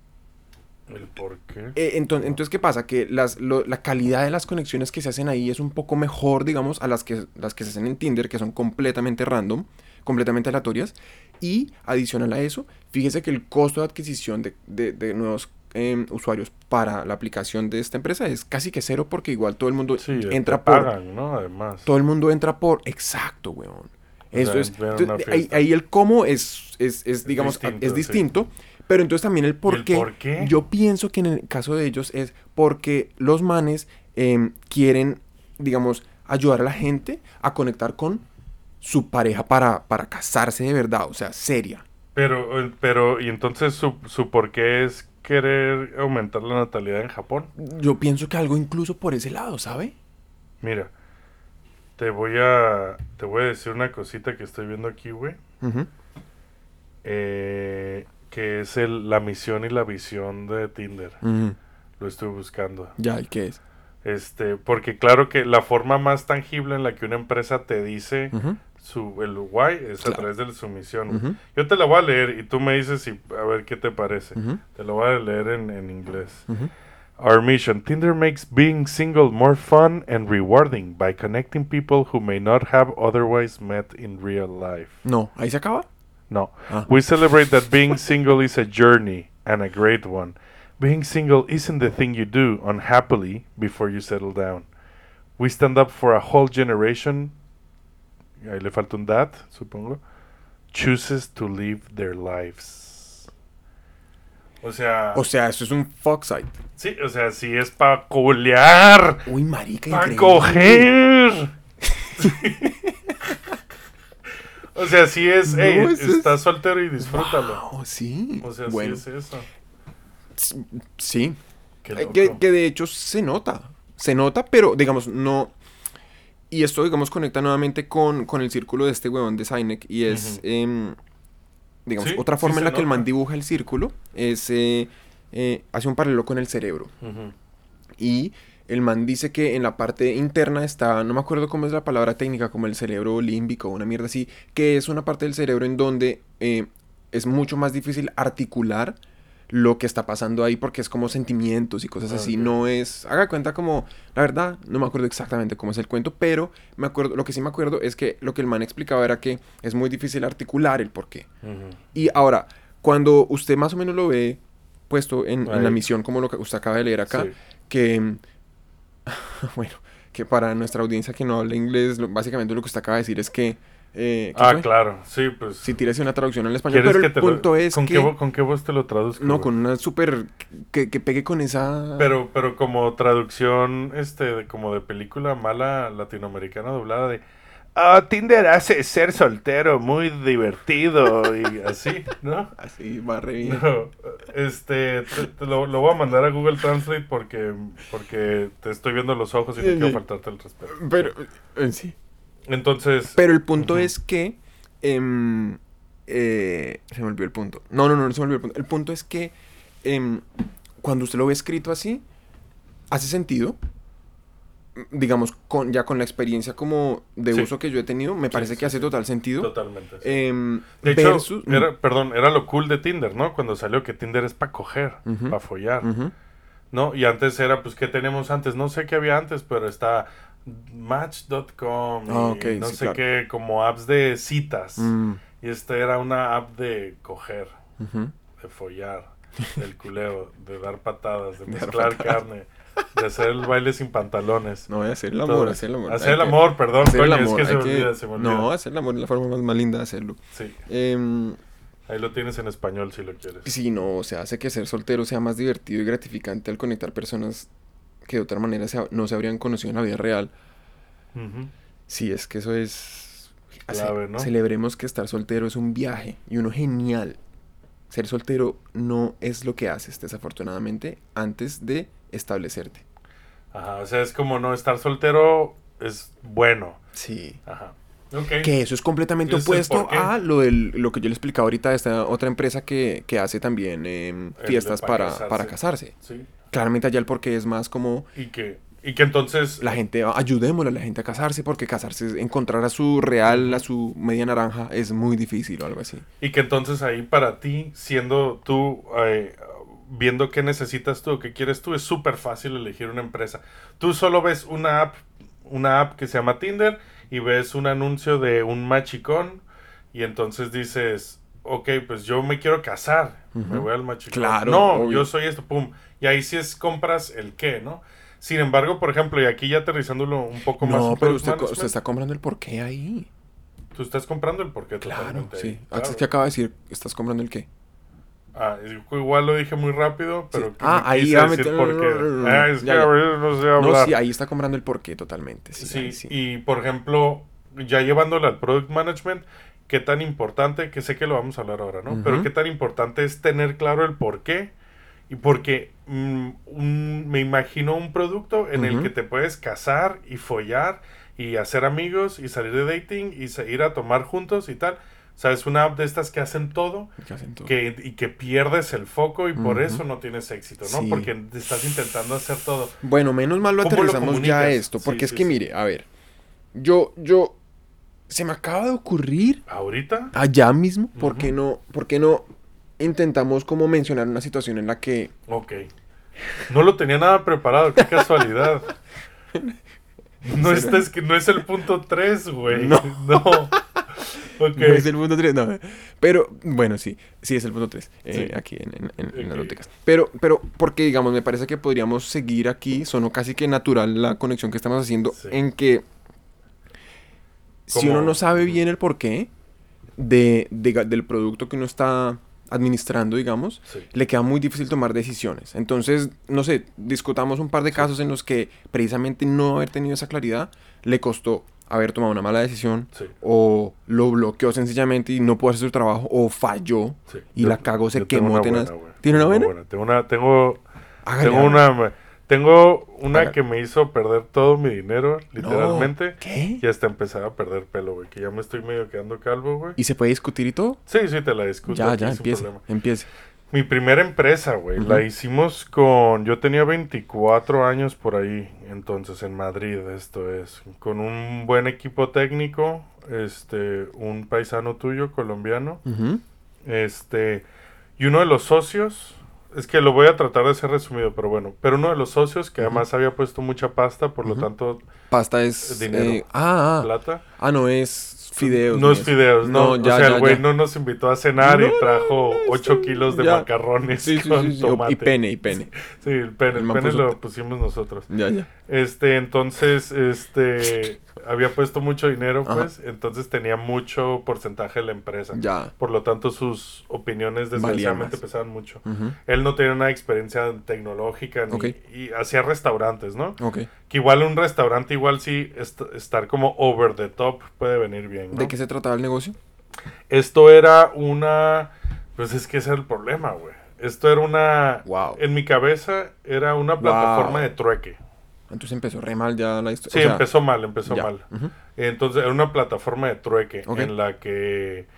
Speaker 2: ¿El por qué?
Speaker 3: Eh, entonces, entonces, ¿qué pasa? Que las, lo, la calidad de las conexiones que se hacen ahí es un poco mejor, digamos, a las que, las que se hacen en Tinder, que son completamente random, completamente aleatorias. Y adicional a eso, fíjese que el costo de adquisición de, de, de nuevos eh, usuarios para la aplicación de esta empresa es casi que cero, porque igual todo el mundo
Speaker 2: sí,
Speaker 3: entra
Speaker 2: te
Speaker 3: por...
Speaker 2: pagan, ¿no? Además.
Speaker 3: Todo el mundo entra por... Exacto, weón. Eso
Speaker 2: o sea,
Speaker 3: es... Entonces, ahí, ahí el cómo es, es, es digamos, es distinto. Es distinto sí. Pero entonces también el por,
Speaker 2: ¿El
Speaker 3: qué,
Speaker 2: por qué.
Speaker 3: Yo pienso que en el caso de ellos es porque los manes eh, quieren, digamos, ayudar a la gente a conectar con su pareja para, para casarse de verdad, o sea, seria.
Speaker 2: Pero, pero y entonces su, su por qué es querer aumentar la natalidad en Japón.
Speaker 3: Yo pienso que algo incluso por ese lado, ¿sabe?
Speaker 2: Mira, te voy a, te voy a decir una cosita que estoy viendo aquí, güey.
Speaker 3: Uh-huh.
Speaker 2: Eh... que es el, la misión y la visión de Tinder.
Speaker 3: Uh-huh.
Speaker 2: Lo estoy buscando.
Speaker 3: Ya, ¿y qué es?
Speaker 2: Este, porque claro que la forma más tangible en la que una empresa te dice
Speaker 3: uh-huh. su,
Speaker 2: el why es
Speaker 3: claro.
Speaker 2: a través de su misión.
Speaker 3: Uh-huh.
Speaker 2: Yo te la voy a leer y tú me dices si, a ver qué te parece.
Speaker 3: Uh-huh.
Speaker 2: Te lo voy a leer en, en inglés.
Speaker 3: Uh-huh.
Speaker 2: Our mission, Tinder makes being single more fun and rewarding by connecting people who may not have otherwise met in real life.
Speaker 3: No, ¿ahí se acaba?
Speaker 2: No.
Speaker 3: Ah.
Speaker 2: We celebrate that being single is a journey, and a great one. Being single isn't the thing you do unhappily before you settle down. We stand up for a whole generation, ahí le falta un that, supongo, chooses to live their lives. O sea...
Speaker 3: O sea, eso es un fuck site.
Speaker 2: Sí, o sea, sí es pa' culear.
Speaker 3: Uy, marica,
Speaker 2: pa'
Speaker 3: increíble.
Speaker 2: coger. O sea, sí es,
Speaker 3: no,
Speaker 2: hey,
Speaker 3: es...
Speaker 2: estás soltero y disfrútalo.
Speaker 3: Wow, sí.
Speaker 2: O sea,
Speaker 3: bueno.
Speaker 2: sí es eso.
Speaker 3: Sí.
Speaker 2: Qué
Speaker 3: eh, que, que de hecho se nota. Se nota, pero digamos, no... Y esto, digamos, conecta nuevamente con, con el círculo de este huevón de Sinek. Y es, uh-huh. eh, digamos, sí, otra forma sí en la que nota. El man dibuja el círculo es... Eh, eh, hace un paralelo con el cerebro.
Speaker 2: Uh-huh.
Speaker 3: Y... El man dice que en la parte interna está, no me acuerdo cómo es la palabra técnica, como el cerebro límbico, una mierda así, que es una parte del cerebro en donde eh, es mucho más difícil articular lo que está pasando ahí porque es como sentimientos y cosas okay. así, no es, haga cuenta como, la verdad, no me acuerdo exactamente cómo es el cuento, pero me acuerdo, lo que sí me acuerdo es que lo que el man explicaba era que es muy difícil articular el porqué.
Speaker 2: Uh-huh.
Speaker 3: Y ahora, cuando usted más o menos lo ve puesto en, en la misión, como lo que usted acaba de leer acá,
Speaker 2: sí.
Speaker 3: que... Bueno, que para nuestra audiencia que no habla inglés, lo, básicamente lo que usted acaba de decir es que... Eh,
Speaker 2: ah,
Speaker 3: fue?
Speaker 2: Claro, sí, pues...
Speaker 3: Si tienes una traducción al español, pero el punto
Speaker 2: lo,
Speaker 3: es
Speaker 2: ¿con
Speaker 3: que...
Speaker 2: Qué vo, ¿Con qué voz te lo traduzco?
Speaker 3: No, con una súper... Que, que pegue con esa...
Speaker 2: Pero pero como traducción, este, de, como de película mala latinoamericana doblada de... Ah, oh, Tinder hace ser soltero muy divertido y así, ¿no?
Speaker 3: Así, va re bien.
Speaker 2: No, este, te, te lo, lo voy a mandar a Google Translate porque, porque te estoy viendo los ojos y no quiero faltarte el respeto.
Speaker 3: Pero, eh, sí.
Speaker 2: Entonces...
Speaker 3: Pero el punto
Speaker 2: uh-huh.
Speaker 3: es que... Eh, eh, se me olvidó el punto. No, no, no, no se me olvidó el punto. El punto es que... Eh, cuando usted lo ve escrito así, hace sentido. Digamos, con, ya con la experiencia como de
Speaker 2: Sí.
Speaker 3: uso que yo he tenido, me
Speaker 2: Sí,
Speaker 3: parece
Speaker 2: sí,
Speaker 3: que hace
Speaker 2: sí.
Speaker 3: total sentido.
Speaker 2: Totalmente. sí.
Speaker 3: Em,
Speaker 2: De hecho,
Speaker 3: versus-
Speaker 2: era, perdón, era lo cool de Tinder, ¿no? Cuando salió que Tinder es para coger,
Speaker 3: Ujú.
Speaker 2: para follar,
Speaker 3: Ujú.
Speaker 2: ¿no? Y antes era, pues, ¿qué tenemos antes? No sé qué había antes, pero está match punto com y
Speaker 3: Ah, ok,
Speaker 2: no
Speaker 3: sí,
Speaker 2: sé
Speaker 3: claro.
Speaker 2: qué, como apps de citas.
Speaker 3: Mm,
Speaker 2: Y esta era una app de coger,
Speaker 3: ujú.
Speaker 2: de follar, del culeo, de dar patadas, de
Speaker 3: De dar
Speaker 2: mezclar
Speaker 3: patadas.
Speaker 2: carne, de hacer el baile sin pantalones.
Speaker 3: No, hacer el
Speaker 2: Todo
Speaker 3: amor,
Speaker 2: eso.
Speaker 3: hacer el amor.
Speaker 2: Hacer
Speaker 3: Hay
Speaker 2: el
Speaker 3: que-
Speaker 2: amor, perdón,
Speaker 3: hacer el
Speaker 2: coño,
Speaker 3: amor,
Speaker 2: es que se
Speaker 3: hay
Speaker 2: me
Speaker 3: que-
Speaker 2: olvida, se me olvida.
Speaker 3: No, hacer el amor es la forma más, más linda de hacerlo.
Speaker 2: Sí,
Speaker 3: Em,
Speaker 2: ahí lo tienes en español si lo quieres.
Speaker 3: sí, no, o sea, hace que ser soltero sea más divertido y gratificante al conectar personas que de otra manera se- no se habrían conocido en la vida real.
Speaker 2: Ujú.
Speaker 3: Sí, es que eso es... hace-
Speaker 2: Clave, ¿no?
Speaker 3: Celebremos que estar soltero es un viaje y uno genial. Ser soltero no es lo que haces, desafortunadamente, antes de establecerte.
Speaker 2: Ajá, o sea, es como no estar soltero es bueno.
Speaker 3: Sí.
Speaker 2: Ajá. Ok.
Speaker 3: Que eso es completamente
Speaker 2: ¿Ese es
Speaker 3: opuesto
Speaker 2: por qué?
Speaker 3: a lo del lo que yo le explicaba ahorita de esta otra empresa que, que hace también em,
Speaker 2: de
Speaker 3: fiestas
Speaker 2: pa'
Speaker 3: para,
Speaker 2: casarse.
Speaker 3: para casarse.
Speaker 2: Sí.
Speaker 3: Claramente allá el porqué es más como
Speaker 2: Y que, y que entonces
Speaker 3: la gente, ayudémosle a la gente a casarse porque casarse, encontrar a su real, a su media naranja es muy difícil o algo así.
Speaker 2: y que entonces ahí para ti, siendo tú eh, viendo qué necesitas tú, qué quieres tú, es súper fácil elegir una empresa. Tú solo ves una app, una app que se llama Tinder y ves un anuncio de un machicón y entonces dices, ok, pues yo me quiero casar,
Speaker 3: Ujú.
Speaker 2: me voy al machicón.
Speaker 3: Claro,
Speaker 2: no,
Speaker 3: obvio.
Speaker 2: yo soy esto, pum. Y ahí sí es compras el qué, ¿no? Sin embargo, por ejemplo, y aquí ya aterrizándolo un poco más.
Speaker 3: No,
Speaker 2: en
Speaker 3: pero
Speaker 2: product
Speaker 3: usted, co-
Speaker 2: management,
Speaker 3: usted está comprando el porqué ahí.
Speaker 2: Tú estás comprando el porqué
Speaker 3: Claro,
Speaker 2: totalmente
Speaker 3: sí.
Speaker 2: ahí,
Speaker 3: Antes
Speaker 2: claro.
Speaker 3: que acaba de decir, ¿estás comprando el qué?
Speaker 2: Ah, igual lo dije muy rápido, pero
Speaker 3: Sí.
Speaker 2: que
Speaker 3: Ah,
Speaker 2: me
Speaker 3: ahí
Speaker 2: quise
Speaker 3: ya
Speaker 2: decir
Speaker 3: me-
Speaker 2: por qué. Ah, es que
Speaker 3: Ya, ya.
Speaker 2: a veces no sé
Speaker 3: No,
Speaker 2: hablar.
Speaker 3: sí, ahí está comprando el porqué totalmente. Sí,
Speaker 2: Sí,
Speaker 3: ahí sí.
Speaker 2: y por ejemplo, ya llevándolo al product management, qué tan importante, que sé que lo vamos a hablar ahora, ¿no?
Speaker 3: Ujú.
Speaker 2: Pero qué tan importante es tener claro el por qué. Y porque mm, un- me imagino un producto en el
Speaker 3: Ujú.
Speaker 2: que te puedes casar y follar y hacer amigos y salir de dating y sa- ir a tomar juntos y tal. O sea, es una app de estas que hacen todo
Speaker 3: ¿Qué hacen todo?
Speaker 2: que, y que pierdes el foco y por
Speaker 3: Ujú.
Speaker 2: eso no tienes éxito, ¿no?
Speaker 3: Sí.
Speaker 2: Porque estás intentando hacer todo.
Speaker 3: Bueno, menos mal lo
Speaker 2: ¿Cómo lo
Speaker 3: aterrizamos ya a
Speaker 2: comunicas?
Speaker 3: esto, porque
Speaker 2: Sí,
Speaker 3: es
Speaker 2: sí,
Speaker 3: que
Speaker 2: sí.
Speaker 3: mire, a ver, yo, yo, se me acaba de ocurrir
Speaker 2: ¿Ahorita?
Speaker 3: allá mismo, ¿por qué
Speaker 2: Ujú.
Speaker 3: no, por qué no intentamos como mencionar una situación en la que,
Speaker 2: Ok. No lo tenía nada preparado, qué casualidad. No,
Speaker 3: ¿Será?
Speaker 2: este es que no es el punto tres, güey.
Speaker 3: No.
Speaker 2: No. Ok.
Speaker 3: no es el punto tres, no, pero, bueno, sí, sí es el punto tres,
Speaker 2: Sí.
Speaker 3: aquí en, en, en- en las
Speaker 2: Ok.
Speaker 3: bibliotecas, pero, pero, porque digamos, me parece que podríamos seguir aquí, sonó casi que natural la conexión que estamos haciendo,
Speaker 2: Sí.
Speaker 3: en que, si
Speaker 2: Como-
Speaker 3: uno no sabe bien el porqué de, de- del producto que uno está administrando, digamos,
Speaker 2: Sí.
Speaker 3: le queda muy difícil tomar decisiones. Entonces, no sé, discutamos un par de casos en los que precisamente no haber tenido esa claridad le costó haber tomado una mala decisión
Speaker 2: Sí.
Speaker 3: o lo bloqueó sencillamente y no pudo hacer su trabajo o falló
Speaker 2: Sí.
Speaker 3: y
Speaker 2: Yo-
Speaker 3: la cagó, se
Speaker 2: yo tengo
Speaker 3: quemó
Speaker 2: una
Speaker 3: tenaz.
Speaker 2: buena, güey.
Speaker 3: ¿Tiene una
Speaker 2: Tengo
Speaker 3: buena?
Speaker 2: Tengo una, tengo,
Speaker 3: Hágale,
Speaker 2: tengo
Speaker 3: hágale.
Speaker 2: una, tengo una
Speaker 3: Hágale.
Speaker 2: que me hizo perder todo mi dinero, literalmente.
Speaker 3: No, ¿qué?
Speaker 2: Y hasta empezar a perder pelo, güey. Que ya me estoy medio quedando calvo, güey.
Speaker 3: ¿Y se puede discutir y todo?
Speaker 2: Sí, sí, te la discuto.
Speaker 3: Ya,
Speaker 2: aquí
Speaker 3: ya,
Speaker 2: sin
Speaker 3: empiece,
Speaker 2: problema.
Speaker 3: empiece.
Speaker 2: Mi primera empresa, güey,
Speaker 3: Ujú.
Speaker 2: la hicimos con... Yo tenía veinticuatro años por ahí, entonces, en Madrid, esto es. Con un buen equipo técnico, este, un paisano tuyo, colombiano,
Speaker 3: Ujú.
Speaker 2: este, y uno de los socios, es que lo voy a tratar de hacer resumido, pero bueno, pero uno de los socios, que
Speaker 3: Ujú.
Speaker 2: además había puesto mucha pasta, por lo
Speaker 3: Ujú.
Speaker 2: tanto,
Speaker 3: Pasta es...
Speaker 2: Dinero.
Speaker 3: eh, ah, ah,
Speaker 2: plata.
Speaker 3: ah, no es fideos.
Speaker 2: No
Speaker 3: ni
Speaker 2: es
Speaker 3: eso.
Speaker 2: fideos, no.
Speaker 3: ya,
Speaker 2: o sea,
Speaker 3: ya,
Speaker 2: el güey
Speaker 3: ya.
Speaker 2: no nos invitó a cenar
Speaker 3: No,
Speaker 2: y
Speaker 3: no,
Speaker 2: trajo
Speaker 3: no,
Speaker 2: ocho
Speaker 3: esto-
Speaker 2: kilos de
Speaker 3: ya.
Speaker 2: macarrones
Speaker 3: Sí, sí,
Speaker 2: con
Speaker 3: sí, sí.
Speaker 2: tomate.
Speaker 3: Y pene, y pene.
Speaker 2: Sí, el pene,
Speaker 3: El
Speaker 2: el
Speaker 3: man
Speaker 2: pene
Speaker 3: puso
Speaker 2: lo
Speaker 3: pe-
Speaker 2: pusimos nosotros.
Speaker 3: Ya, ya.
Speaker 2: Este, entonces, este, había puesto mucho dinero,
Speaker 3: Ajá.
Speaker 2: pues, entonces tenía mucho porcentaje de la empresa.
Speaker 3: Ya.
Speaker 2: Por lo tanto, sus opiniones
Speaker 3: Valía
Speaker 2: desgraciadamente
Speaker 3: más.
Speaker 2: pesaban mucho.
Speaker 3: Ujú.
Speaker 2: Él no tenía una experiencia tecnológica ni-
Speaker 3: Ok.
Speaker 2: y hacía restaurantes, ¿no?
Speaker 3: Ok.
Speaker 2: Que igual un restaurante, igual sí, est- estar como over the top puede venir bien, ¿no?
Speaker 3: ¿De qué se trataba el negocio?
Speaker 2: Esto era una... Pues es que ese era el problema, güey. Esto era una...
Speaker 3: Wow.
Speaker 2: En mi cabeza era una
Speaker 3: Wow.
Speaker 2: plataforma de trueque.
Speaker 3: Entonces empezó re mal ya la historia.
Speaker 2: Sí,
Speaker 3: O sea,
Speaker 2: empezó mal, empezó
Speaker 3: ya.
Speaker 2: mal.
Speaker 3: Ujú.
Speaker 2: Entonces era una plataforma de trueque
Speaker 3: Ok.
Speaker 2: en la que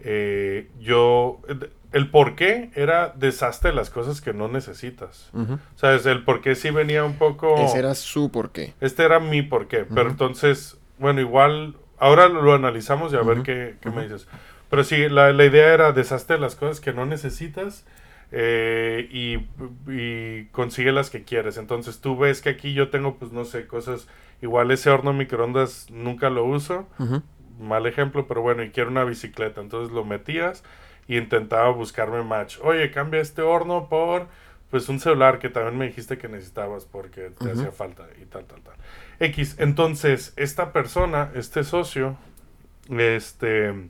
Speaker 2: eh, yo... El por qué era deshazte de las cosas que no necesitas.
Speaker 3: Uh-huh.
Speaker 2: ¿Sabes? El por qué sí venía un poco...
Speaker 3: Ese era su por qué.
Speaker 2: Este era mi por qué.
Speaker 3: Uh-huh.
Speaker 2: Pero entonces, bueno, igual... Ahora lo analizamos y a uh-huh. ver qué, qué uh-huh. me dices. Pero sí, la, la idea era deshazte de las cosas que no necesitas eh, y, y consigue las que quieres. Entonces tú ves que aquí yo tengo, pues no sé, cosas... Igual ese horno microondas nunca lo uso.
Speaker 3: Uh-huh.
Speaker 2: Mal ejemplo, pero bueno, y quiero una bicicleta. Entonces lo metías... Y intentaba buscarme match. Oye, cambia este horno por pues un celular que también me dijiste que necesitabas porque te uh-huh. hacía falta y tal, tal, tal. X. Entonces, esta persona, este socio, este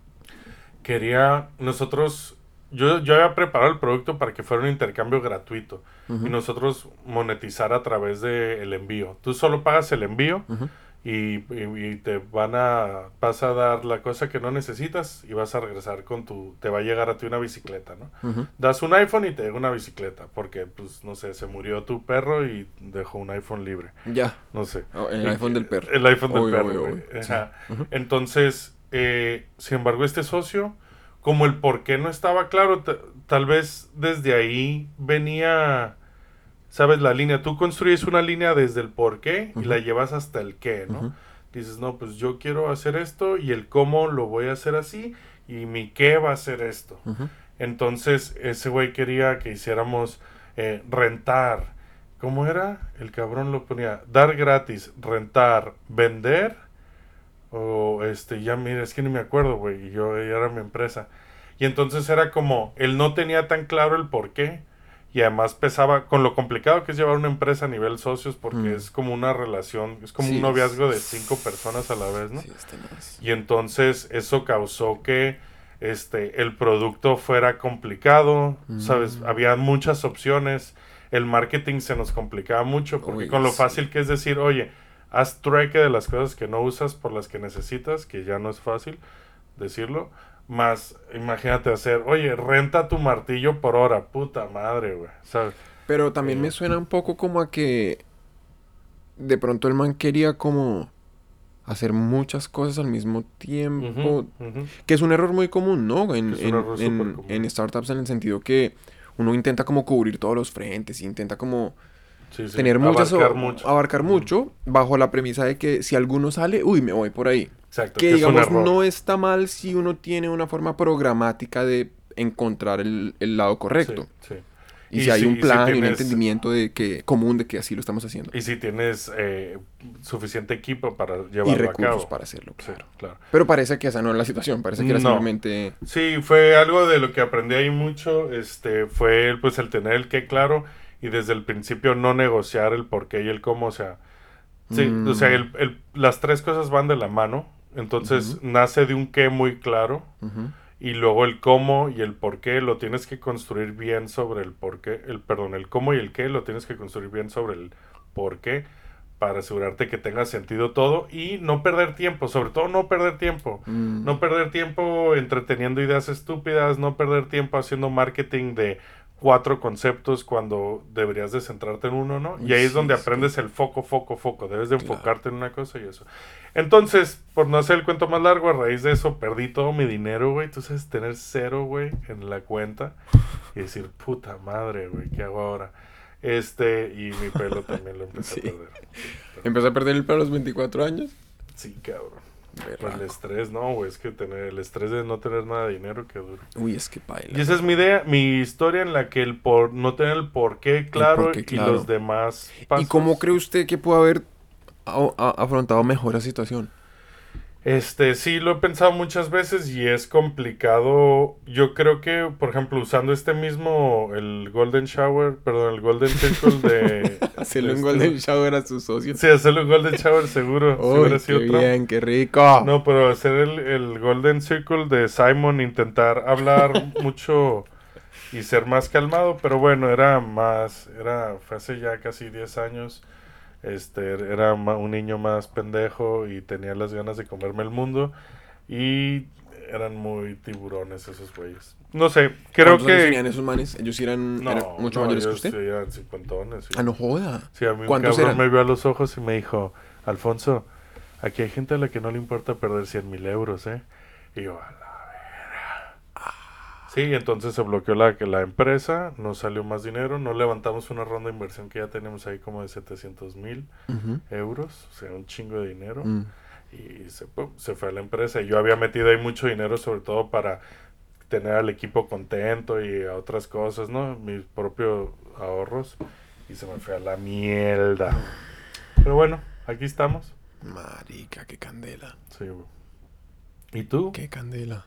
Speaker 2: quería, nosotros, yo, yo había preparado el producto para que fuera un intercambio gratuito uh-huh. y nosotros monetizar a través del envío. Tú solo pagas el envío. Uh-huh. Y, y, y te van a vas a dar la cosa que no necesitas y vas a regresar con tu te va a llegar a ti una bicicleta, ¿no? Uh-huh. Das un iPhone y te llega una bicicleta porque pues no sé, se murió tu perro y dejó un iPhone libre.
Speaker 3: Ya.
Speaker 2: No sé.
Speaker 3: Oh, el y, iPhone del perro.
Speaker 2: El iPhone del
Speaker 3: oy,
Speaker 2: perro.
Speaker 3: Oy, oy,
Speaker 2: oy.
Speaker 3: Sí.
Speaker 2: Uh-huh. Entonces, eh, sin embargo, este socio, como el por qué no estaba claro, t- tal vez desde ahí venía... ¿Sabes? La línea, tú construyes una línea desde el por qué uh-huh. y la llevas hasta el qué, ¿no? Uh-huh. Dices, no, pues yo quiero hacer esto y el cómo lo voy a hacer así y mi qué va a ser esto. Uh-huh. Entonces, ese güey quería que hiciéramos eh, rentar. ¿Cómo era? El cabrón lo ponía, dar gratis, rentar, vender o este, ya mira, es que ni me acuerdo, güey, y yo ya era mi empresa. Y entonces era como, él no tenía tan claro el por qué. Y además pesaba, con lo complicado que es llevar una empresa a nivel socios, porque mm. es como una relación, es como sí, un noviazgo de cinco personas a la vez, ¿no?
Speaker 3: Sí, este no es.
Speaker 2: Y entonces eso causó que este el producto fuera complicado, mm. ¿sabes? Había muchas opciones, el marketing se nos complicaba mucho, porque Uy, con lo sí. fácil que es decir, oye, haz trueque de las cosas que no usas por las que necesitas, que ya no es fácil decirlo. Más, imagínate hacer, oye, renta tu martillo por hora, puta madre, güey, ¿sabes?
Speaker 3: Pero también eh, me suena un poco como a que de pronto el man quería como hacer muchas cosas al mismo tiempo, uh-huh, uh-huh. que es un error muy común, ¿no? En, en, en, común. en startups en el sentido que uno intenta como cubrir todos los frentes, intenta como sí, sí. tener muchas
Speaker 2: abarcar,
Speaker 3: o,
Speaker 2: mucho.
Speaker 3: abarcar uh-huh. mucho, bajo la premisa de que si alguno sale, uy, me voy por ahí.
Speaker 2: Exacto,
Speaker 3: que,
Speaker 2: que
Speaker 3: digamos no está mal si uno tiene una forma programática de encontrar el, el lado correcto.
Speaker 2: Sí, sí.
Speaker 3: Y, y si hay si, un plan y, si tienes, y un entendimiento de que común de que así lo estamos haciendo.
Speaker 2: Y si tienes eh, suficiente equipo para llevarlo
Speaker 3: y recursos
Speaker 2: a cabo.
Speaker 3: para hacerlo, claro.
Speaker 2: Sí, claro.
Speaker 3: Pero parece que esa no es la situación, parece que era
Speaker 2: no.
Speaker 3: simplemente...
Speaker 2: Sí, fue algo de lo que aprendí ahí mucho, este, fue pues el tener el qué claro y desde el principio no negociar el por qué y el cómo, o sea, sí, mm. o sea, el, el, las tres cosas van de la mano. Entonces uh-huh. nace de un qué muy claro uh-huh. y luego el cómo y el por qué lo tienes que construir bien sobre el por qué, el perdón, el cómo y el qué lo tienes que construir bien sobre el por qué para asegurarte que tenga sentido todo y no perder tiempo, sobre todo no perder tiempo, mm. no perder tiempo entreteniendo ideas estúpidas, no perder tiempo haciendo marketing de cuatro conceptos cuando deberías de centrarte en uno, ¿no? Y ahí es donde sí, aprendes sí. el foco, foco, foco. Debes de enfocarte claro. en una cosa y eso. Entonces, por no hacer el cuento más largo, a raíz de eso perdí todo mi dinero, güey. Entonces, tener cero, güey, en la cuenta y decir, puta madre, güey, ¿qué hago ahora? Este, y mi pelo también lo empecé sí. a perder.
Speaker 3: ¿Empezó a perder el pelo a los veinticuatro años?
Speaker 2: Sí, cabrón. Pues el estrés, no, güey, es que tener el estrés de no tener nada de dinero, que duro.
Speaker 3: Uy, es que baila.
Speaker 2: Y esa es mi idea, mi historia en la que el por no tener el porqué claro, el porqué, claro. y los demás pasos.
Speaker 3: ¿Y cómo cree usted que pudo haber a, a, afrontado mejor la situación?
Speaker 2: Este, sí, lo he pensado muchas veces y es complicado. Yo creo que, por ejemplo, usando este mismo, el Golden Shower, perdón, el Golden Circle de...
Speaker 3: hacerle un
Speaker 2: este,
Speaker 3: Golden Shower a sus socios.
Speaker 2: Sí, hacerle un Golden Shower seguro.
Speaker 3: Uy, qué sido bien, otro. Qué rico.
Speaker 2: No, pero hacer el, el Golden Circle de Simon, intentar hablar mucho y ser más calmado, pero bueno, era más, era, fue hace ya casi diez años. Este, era un niño más pendejo y tenía las ganas de comerme el mundo y eran muy tiburones esos güeyes. No sé, creo
Speaker 3: ¿Cuántos
Speaker 2: que...
Speaker 3: años tenían esos manes? ¿Ellos eran,
Speaker 2: no,
Speaker 3: eran mucho
Speaker 2: no,
Speaker 3: mayores que usted?
Speaker 2: Sí, eran cincuentones. Sí.
Speaker 3: Ah, no joda.
Speaker 2: Sí, a mí un
Speaker 3: ¿Cuántos
Speaker 2: cabrón
Speaker 3: eran?
Speaker 2: me vio a los ojos y me dijo, Alfonso, aquí hay gente a la que no le importa perder cien mil euros, ¿eh? Y yo, a la Sí, entonces se bloqueó la, la empresa, nos salió más dinero, no levantamos una ronda de inversión que ya tenemos ahí como de setecientos mil uh-huh. euros, o sea, un chingo de dinero, uh-huh. y se, pum, se fue a la empresa. Y yo había metido ahí mucho dinero, sobre todo para tener al equipo contento y a otras cosas, ¿no? Mis propios ahorros, y se me fue a la mierda. Pero bueno, aquí estamos.
Speaker 3: Marica, qué candela.
Speaker 2: Sí, güey. ¿Y tú?
Speaker 3: Qué candela.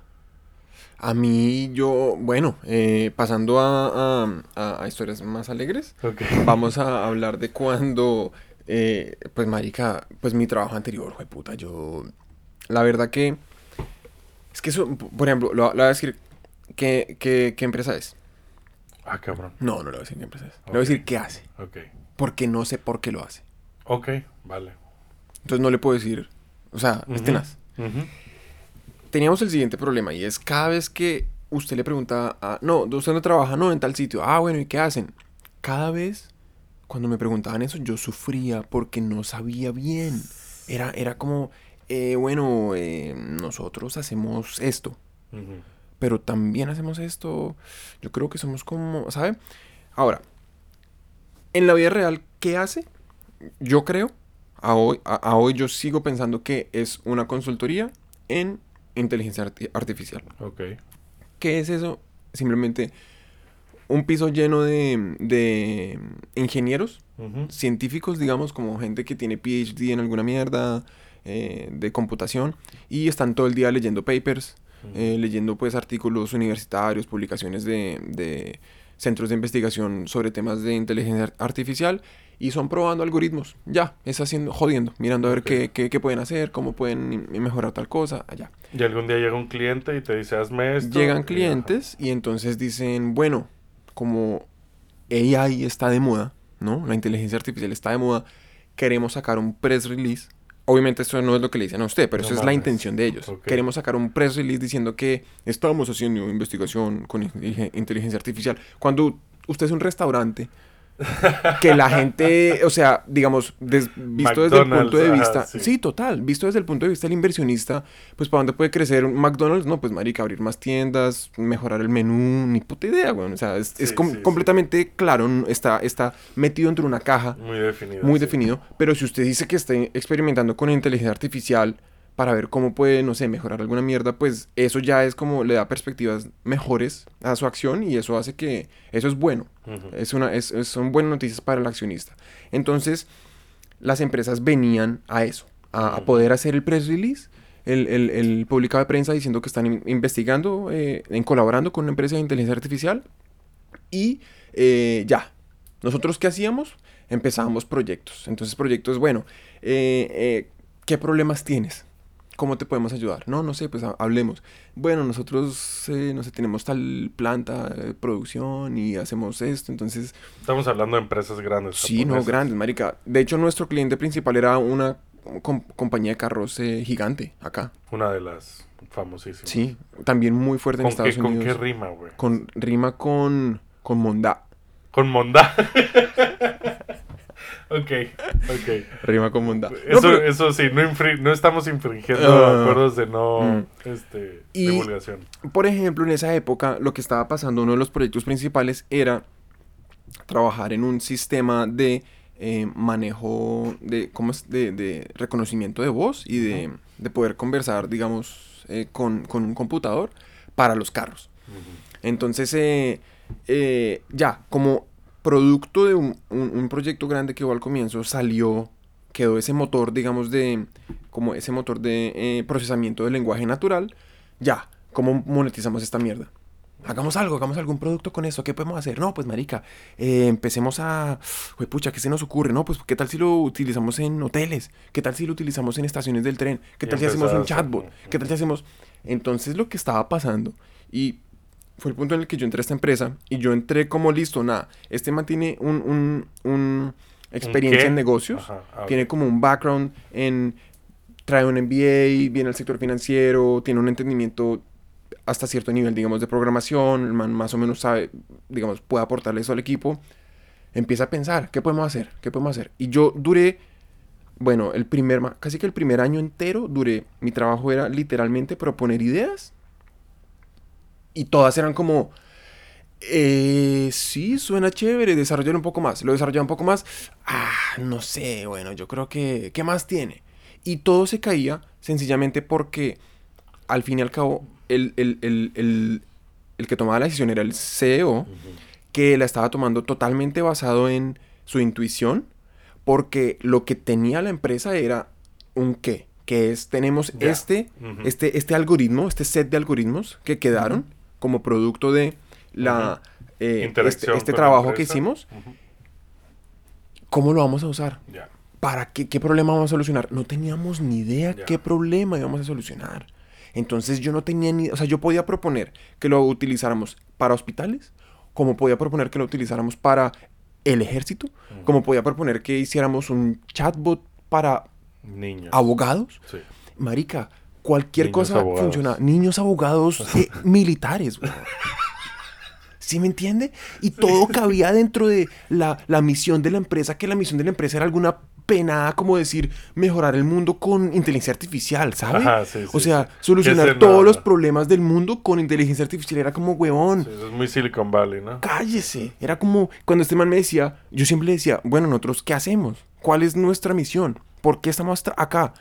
Speaker 3: A mí, yo, bueno, eh, pasando a, a, a historias más alegres, okay. Vamos a hablar de cuando, eh, pues, marica, pues mi trabajo anterior, fue puta, yo, la verdad que, es que eso, por ejemplo, lo, lo voy a decir, ¿qué, qué, qué empresa es?
Speaker 2: Ah, cabrón.
Speaker 3: No, no le voy a decir qué empresa es, okay. Le voy a decir qué hace,
Speaker 2: okay.
Speaker 3: Porque no sé por qué lo hace.
Speaker 2: Ok, vale.
Speaker 3: Entonces no le puedo decir, o sea, uh-huh. es tenaz. Uh-huh. Teníamos el siguiente problema, y es cada vez que usted le pregunta, a, no, ¿usted no trabaja? No, en tal sitio. Ah, bueno, ¿y qué hacen? Cada vez, cuando me preguntaban eso, yo sufría porque no sabía bien. Era, era como, eh, bueno, eh, nosotros hacemos esto, uh-huh. pero también hacemos esto. Yo creo que somos como, ¿sabe? Ahora, en la vida real, ¿qué hace? Yo creo, a hoy, a, a hoy yo sigo pensando que es una consultoría en inteligencia arti- artificial.
Speaker 2: Ok.
Speaker 3: ¿Qué es eso? Simplemente un piso lleno de, de ingenieros, uh-huh. científicos, digamos, como gente que tiene P H D en alguna mierda eh, de computación, y están todo el día leyendo papers, uh-huh. eh, leyendo pues artículos universitarios, publicaciones de, de centros de investigación sobre temas de inteligencia artificial, y son probando algoritmos, ya, es haciendo, jodiendo, mirando a ver okay. qué, qué, qué pueden hacer, cómo pueden mejorar tal cosa, allá.
Speaker 2: Y algún día llega un cliente y te dice, hazme esto.
Speaker 3: Llegan clientes y, y entonces dicen, bueno, como A I está de moda, ¿no? La inteligencia artificial está de moda, queremos sacar un press release. Obviamente esto no es lo que le dicen a usted, pero no eso mames. Es la intención de ellos. Okay. Queremos sacar un press release diciendo que estamos haciendo investigación con inteligencia artificial. Cuando usted es un restaurante, que la gente, o sea, digamos, des, visto McDonald's, desde el punto de vista, ajá, sí. sí, total, visto desde el punto de vista del inversionista, pues ¿para dónde puede crecer un McDonald's? No, pues marica, abrir más tiendas, mejorar el menú, ni puta idea, güey, o sea, es, sí, es com- sí, completamente sí. claro, está, está metido dentro de una caja,
Speaker 2: muy definido,
Speaker 3: muy
Speaker 2: sí.
Speaker 3: definido, pero si usted dice que está experimentando con inteligencia artificial para ver cómo puede, no sé, mejorar alguna mierda, pues eso ya es como, le da perspectivas mejores a su acción, y eso hace que, eso es bueno, uh-huh. es una, es, es, son buenas noticias para el accionista. Entonces, las empresas venían a eso, a, uh-huh. a poder hacer el press release, el, el, el publicado de prensa diciendo que están in, investigando, eh, en colaborando con una empresa de inteligencia artificial, y eh, ya, nosotros ¿qué hacíamos? Empezábamos proyectos. Entonces, proyectos, bueno, eh, eh, ¿qué problemas tienes? ¿Cómo te podemos ayudar? No, no sé, pues ha- hablemos. Bueno, nosotros, eh, no sé, tenemos tal planta de producción y hacemos esto, entonces...
Speaker 2: Estamos hablando de empresas grandes.
Speaker 3: Sí,
Speaker 2: japonesas.
Speaker 3: no, grandes, marica. De hecho, nuestro cliente principal era una com- compañía de carros eh, gigante, acá.
Speaker 2: Una de las famosísimas.
Speaker 3: Sí, también muy fuerte en
Speaker 2: ¿Con
Speaker 3: Estados
Speaker 2: qué,
Speaker 3: Unidos.
Speaker 2: ¿Con qué rima, güey?
Speaker 3: Con, rima con, con Mondá.
Speaker 2: Con Mondá. Ok, ok.
Speaker 3: Rima con Mondá.
Speaker 2: Eso,
Speaker 3: No, pero-
Speaker 2: eso sí, no, infri- no estamos infringiendo
Speaker 3: Ah.
Speaker 2: acuerdos de no
Speaker 3: Mm.
Speaker 2: este,
Speaker 3: Y-
Speaker 2: divulgación.
Speaker 3: Por ejemplo, en esa época, lo que estaba pasando, uno de los proyectos principales era trabajar en un sistema de eh, manejo de, ¿cómo es? De, de reconocimiento de voz y de,
Speaker 2: Ujú.
Speaker 3: de poder conversar, digamos, eh, con, con un computador para los carros.
Speaker 2: Ujú.
Speaker 3: Entonces, eh, eh, ya, como producto de un, un- un proyecto grande que hubo al comienzo, salió, quedó ese motor, digamos, de, como ese motor de eh, procesamiento del lenguaje natural. Ya, ¿cómo monetizamos esta mierda? Hagamos algo, hagamos algún producto con eso. ¿Qué podemos hacer? No, pues marica, eh, empecemos a... Uy, pucha, ¿qué se nos ocurre? No, pues ¿qué tal si lo utilizamos en hoteles? ¿Qué tal si lo utilizamos en estaciones del tren? ¿Qué
Speaker 2: Y
Speaker 3: tal si hacemos un
Speaker 2: empezar a hacer-
Speaker 3: chatbot? ¿Qué tal si hacemos...? Entonces lo que estaba pasando, y fue el punto en el que yo entré a esta empresa, y yo entré como listo, nada, este man tiene un, un, un experiencia
Speaker 2: qué?
Speaker 3: en negocios,
Speaker 2: Ajá, ah,
Speaker 3: tiene
Speaker 2: ok.
Speaker 3: como un background en... Trae un M B A, viene al sector financiero, tiene un entendimiento hasta cierto nivel, digamos, de programación, el man más o menos sabe, digamos, puede aportarle eso al equipo. Empieza a pensar, ¿qué podemos hacer? ¿Qué podemos hacer? Y yo duré, bueno, el primer, ma- casi que el primer año entero duré, mi trabajo era literalmente proponer ideas Y todas eran como, eh, sí, suena chévere, desarrollar un poco más. Lo desarrollaba un poco más, ah, no sé, bueno, yo creo que, ¿qué más tiene? Y todo se caía sencillamente porque, al fin y al cabo, el, el, el, el, el que tomaba la decisión era el C E O, uh-huh. que la estaba tomando totalmente basado en su intuición, porque lo que tenía la empresa era un qué, que es, tenemos yeah. este, uh-huh. este, este algoritmo, este set de algoritmos que quedaron uh-huh. como producto de la, uh-huh. eh, este, este trabajo que hicimos. Uh-huh. ¿Cómo lo vamos a usar?
Speaker 2: Yeah.
Speaker 3: ¿Para qué, qué problema vamos a solucionar? No teníamos ni idea yeah. qué problema íbamos a solucionar. Entonces yo no tenía ni... O sea, yo podía proponer que lo utilizáramos para hospitales, como podía proponer que lo utilizáramos para el ejército, uh-huh. como podía proponer que hiciéramos un chatbot para
Speaker 2: niños,
Speaker 3: abogados.
Speaker 2: Sí.
Speaker 3: Marica, cualquier
Speaker 2: niños
Speaker 3: cosa
Speaker 2: abogados.
Speaker 3: funciona. Niños abogados eh, militares, güey. ¿Sí me entiende? Y todo cabía dentro de la, la misión de la empresa, que la misión de la empresa era alguna penada, como decir, mejorar el mundo con inteligencia artificial, ¿sabes?
Speaker 2: Ajá, sí, sí,
Speaker 3: o sea,
Speaker 2: sí.
Speaker 3: solucionar todos nada. los problemas del mundo con inteligencia artificial era como, huevón.
Speaker 2: Sí, eso es muy Silicon Valley, ¿no?
Speaker 3: Cállese. Era como, cuando este man me decía, yo siempre le decía, bueno, nosotros, ¿qué hacemos? ¿Cuál es nuestra misión? ¿Por qué estamos acá?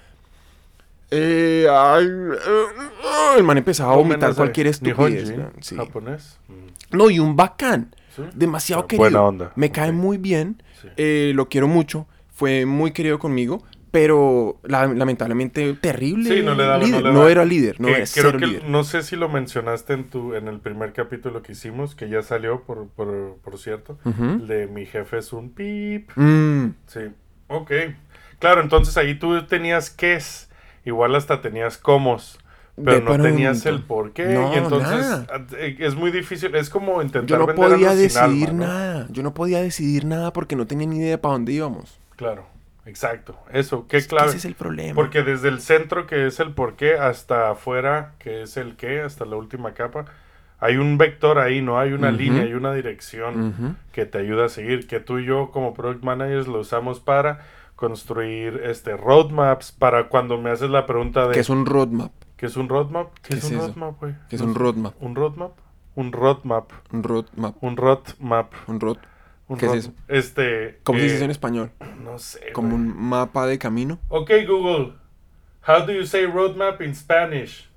Speaker 3: Eh, ay, eh, el man empezaba a vomitar cualquier estupidez.
Speaker 2: Sí. ¿Japonés?
Speaker 3: Mm. No, y un bacán. ¿Sí? Demasiado querido.
Speaker 2: Buena onda.
Speaker 3: Me cae okay. muy bien. Sí. Eh, lo quiero mucho. Fue muy querido conmigo. Pero la, lamentablemente terrible.
Speaker 2: Sí, no le daba,
Speaker 3: líder.
Speaker 2: No, le
Speaker 3: no
Speaker 2: daba.
Speaker 3: era líder. No
Speaker 2: que,
Speaker 3: era
Speaker 2: creo que
Speaker 3: líder.
Speaker 2: No sé si lo mencionaste en tu en el primer capítulo que hicimos, que ya salió, por, por, por cierto. Uh-huh. De mi jefe es un pip.
Speaker 3: Mm.
Speaker 2: Sí. Ok. Claro, entonces ahí tú tenías ques. Igual hasta tenías comos, pero no tenías el por qué.
Speaker 3: No,
Speaker 2: y entonces
Speaker 3: nada.
Speaker 2: es muy difícil. Es como intentar
Speaker 3: Yo no
Speaker 2: vender
Speaker 3: podía
Speaker 2: algo sin
Speaker 3: decidir
Speaker 2: alma, ¿no?
Speaker 3: nada. Yo no podía decidir nada porque no tenía ni idea de para dónde íbamos.
Speaker 2: Claro, exacto. Eso, qué
Speaker 3: es
Speaker 2: clave.
Speaker 3: Ese es el problema.
Speaker 2: Porque desde el centro, que es el por qué, hasta afuera, que es el qué, hasta la última capa, hay un vector ahí, ¿no? Hay una uh-huh. línea, hay una dirección uh-huh. que te ayuda a seguir. Que tú y yo, como product managers, lo usamos para construir este roadmaps, para cuando me haces la pregunta de...
Speaker 3: ¿Qué es un roadmap?
Speaker 2: ¿Qué es un roadmap? ¿Qué,
Speaker 3: ¿Qué
Speaker 2: es,
Speaker 3: es
Speaker 2: un
Speaker 3: eso?
Speaker 2: roadmap, güey?
Speaker 3: ¿Qué es
Speaker 2: no
Speaker 3: un
Speaker 2: sé.
Speaker 3: roadmap?
Speaker 2: ¿Un roadmap? Un roadmap.
Speaker 3: Un roadmap.
Speaker 2: Un roadmap.
Speaker 3: Un road...
Speaker 2: Un
Speaker 3: ¿Qué
Speaker 2: road...
Speaker 3: es eso?
Speaker 2: Este...
Speaker 3: ¿Cómo
Speaker 2: eh...
Speaker 3: se dice en español?
Speaker 2: No sé,
Speaker 3: ¿Como
Speaker 2: güey.
Speaker 3: un mapa de camino?
Speaker 2: Ok, Google. How do you say roadmap in Spanish?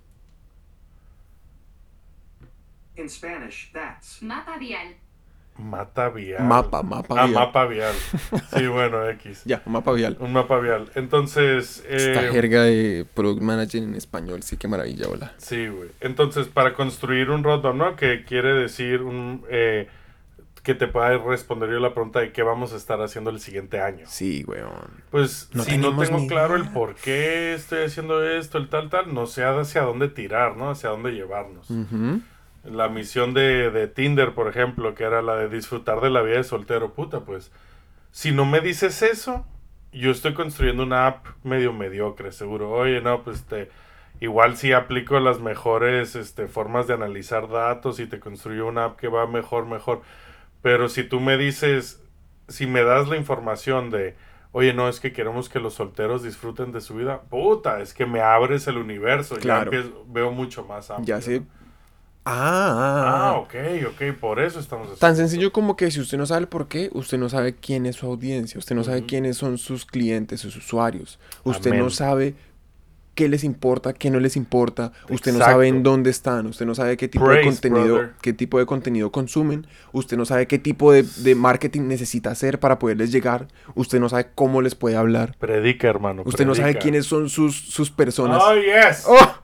Speaker 4: In Spanish, that's...
Speaker 1: Mapa vial.
Speaker 2: Mata vial.
Speaker 3: Mapa, mapa
Speaker 2: ah,
Speaker 3: vial.
Speaker 2: Ah, mapa vial. Sí, bueno, X.
Speaker 3: Ya, un mapa vial.
Speaker 2: Un mapa vial. Entonces... Eh...
Speaker 3: Esta jerga de product manager en español, sí, qué maravilla, hola.
Speaker 2: Sí, güey. Entonces, para construir un roadmap, ¿no? Que quiere decir un... Eh, que te pueda responder yo la pregunta de qué vamos a estar haciendo el siguiente año.
Speaker 3: Sí, weón.
Speaker 2: Pues, no si no tengo claro idea. el por qué estoy haciendo esto, el tal, tal, no sé hacia dónde tirar, ¿no? Hacia dónde llevarnos.
Speaker 3: Uh-huh.
Speaker 2: La misión de, de Tinder, por ejemplo, que era la de disfrutar de la vida de soltero, puta, pues, si no me dices eso, yo estoy construyendo una app medio mediocre, seguro. Oye, no, pues, te, igual sí aplico las mejores este, formas de analizar datos y te construyo una app que va mejor, mejor. Pero si tú me dices, si me das la información de, oye, no, es que queremos que los solteros disfruten de su vida, puta, es que me abres el universo.
Speaker 3: Claro.
Speaker 2: Ya empiezo, veo mucho más amplio.
Speaker 3: Ya sé.
Speaker 2: ¿no?
Speaker 3: Ah, ah,
Speaker 2: ah, ok, ok, por eso estamos haciendo
Speaker 3: tan sencillo esto. Como que si usted no sabe el por qué, usted no sabe quién es su audiencia, usted no uh-huh. sabe quiénes son sus clientes, sus usuarios, usted
Speaker 2: Amén.
Speaker 3: no sabe qué les importa, qué no les importa, usted
Speaker 2: Exacto.
Speaker 3: no sabe en dónde están, usted no sabe qué tipo
Speaker 2: Praise,
Speaker 3: de contenido,
Speaker 2: brother.
Speaker 3: qué tipo de contenido consumen, usted no sabe qué tipo de, de marketing necesita hacer para poderles llegar, usted no sabe cómo les puede hablar.
Speaker 2: Predica, hermano.
Speaker 3: Usted
Speaker 2: predica.
Speaker 3: no sabe quiénes son sus, sus personas.
Speaker 2: Oh, yes.
Speaker 3: ¡Oh!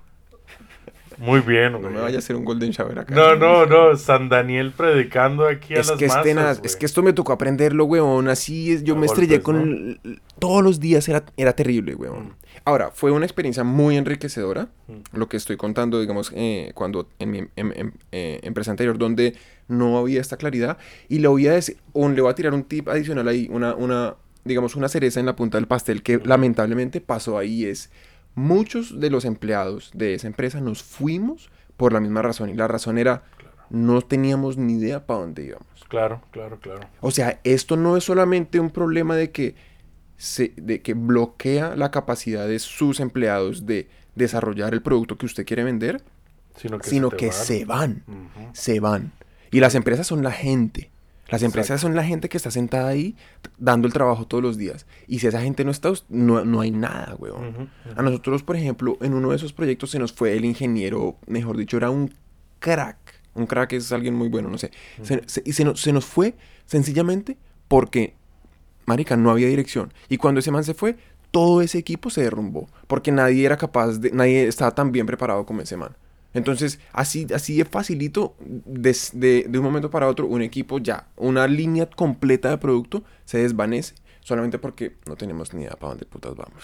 Speaker 2: Muy bien, güey.
Speaker 3: No me vaya a hacer un golden shower acá.
Speaker 2: No, no, no. San Daniel predicando aquí a
Speaker 3: es
Speaker 2: las
Speaker 3: que
Speaker 2: masas,
Speaker 3: este nas, Es que esto me tocó aprenderlo, weón. Así es. Yo
Speaker 2: a
Speaker 3: me
Speaker 2: golpes,
Speaker 3: estrellé con...
Speaker 2: ¿no?
Speaker 3: Todos los días era, era terrible, weón. Mm. Ahora, fue una experiencia muy enriquecedora. Mm. Lo que estoy contando, digamos, eh, cuando en mi en, en, eh, empresa anterior, donde no había esta claridad. Y le voy a decir... O le voy a tirar un tip adicional ahí. Una, una digamos, una cereza en la punta del pastel que mm. lamentablemente pasó ahí es... Muchos de los empleados de esa empresa nos fuimos... por la misma razón. Y la razón era, claro. no teníamos ni idea para dónde íbamos.
Speaker 2: Claro, claro, claro.
Speaker 3: O sea, esto no es solamente un problema de que, se, de que bloquea la capacidad de sus empleados de desarrollar el producto que usted quiere vender,
Speaker 2: sino que,
Speaker 3: sino
Speaker 2: se,
Speaker 3: que
Speaker 2: van.
Speaker 3: se van.
Speaker 2: Uh-huh.
Speaker 3: se van. Y las empresas son la gente. Las empresas Exacto. son la gente que está sentada ahí dando el trabajo todos los días. Y si esa gente no está, no, no hay nada, weón. Uh-huh, uh-huh. A nosotros, por ejemplo, en uno de esos proyectos se nos fue el ingeniero, mejor dicho, era un crack. Un crack es alguien muy bueno, no sé. Uh-huh. Se, se, y se nos, se nos fue sencillamente porque, marica, no había dirección. Y cuando ese man se fue, todo ese equipo se derrumbó. Porque nadie era capaz de, nadie estaba tan bien preparado como ese man. Entonces, así, así de facilito, de, de, de un momento para otro, un equipo ya, una línea completa de producto se desvanece solamente porque no tenemos ni idea para dónde putas vamos.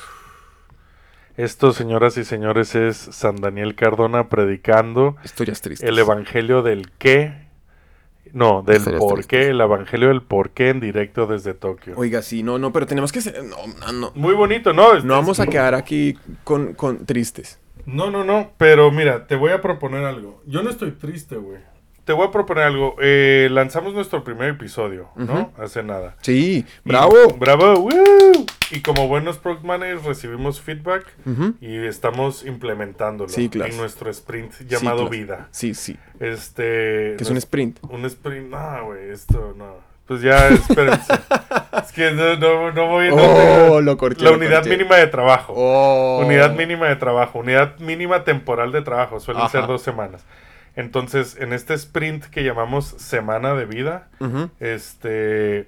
Speaker 2: Esto, señoras y señores, es San Daniel Cardona predicando
Speaker 3: historias tristes.
Speaker 2: El evangelio del qué, no, del historias por tristes. Qué, el evangelio del por qué en directo desde Tokio.
Speaker 3: Oiga, sí, no, no, pero tenemos que ser, no, no, no.
Speaker 2: Muy bonito, ¿no?
Speaker 3: No vamos a quedar aquí con, con tristes.
Speaker 2: No, no, no, pero mira, te voy a proponer algo. Yo no estoy triste, güey. Te voy a proponer algo. Eh, lanzamos nuestro primer episodio, ¿no? Uh-huh. Hace nada.
Speaker 3: Sí, bravo.
Speaker 2: Y, bravo, ¡woo! Y como buenos product managers recibimos feedback uh-huh. y estamos implementándolo
Speaker 3: sí, claro.
Speaker 2: en nuestro sprint llamado
Speaker 3: sí, claro.
Speaker 2: Vida.
Speaker 3: Sí, sí.
Speaker 2: Este...
Speaker 3: ¿Qué es un sprint?
Speaker 2: Un sprint, no, güey, esto no... Pues ya, espérense. Es que no, no, no voy a...
Speaker 3: Oh, lo corché,
Speaker 2: la
Speaker 3: lo
Speaker 2: unidad
Speaker 3: corché.
Speaker 2: mínima de trabajo.
Speaker 3: Oh.
Speaker 2: Unidad mínima de trabajo. Unidad mínima temporal de trabajo. Suelen
Speaker 3: Ajá.
Speaker 2: ser dos semanas. Entonces, en este sprint que llamamos Semana de Vida, uh-huh. este...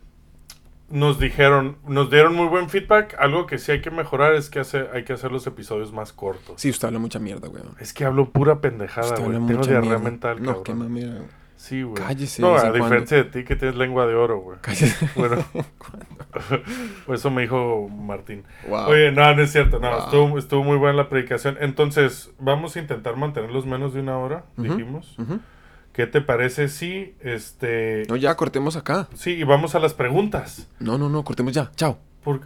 Speaker 2: Nos dijeron, nos dieron muy buen feedback. Algo que sí hay que mejorar es que hace, hay que hacer los episodios más cortos.
Speaker 3: Sí, usted habla mucha mierda, güey.
Speaker 2: Es que hablo pura pendejada, güey. Tengo diarrea mierda. mental,
Speaker 3: No,
Speaker 2: cabrón.
Speaker 3: qué mamera, güey.
Speaker 2: Sí, güey.
Speaker 3: Cállese.
Speaker 2: No, a diferencia cuando... de ti que tienes lengua de oro, güey.
Speaker 3: Cállese.
Speaker 2: Bueno. Eso me dijo Martín.
Speaker 3: Wow.
Speaker 2: Oye, no, no es cierto. No,
Speaker 3: wow.
Speaker 2: estuvo, estuvo muy buena la predicación. Entonces, vamos a intentar mantenerlos menos de una hora, uh-huh. dijimos. Uh-huh. ¿Qué te parece si, este...
Speaker 3: No, ya, cortemos acá.
Speaker 2: Sí, y vamos a las preguntas.
Speaker 3: No, no, no, cortemos ya. Chao.
Speaker 2: Por...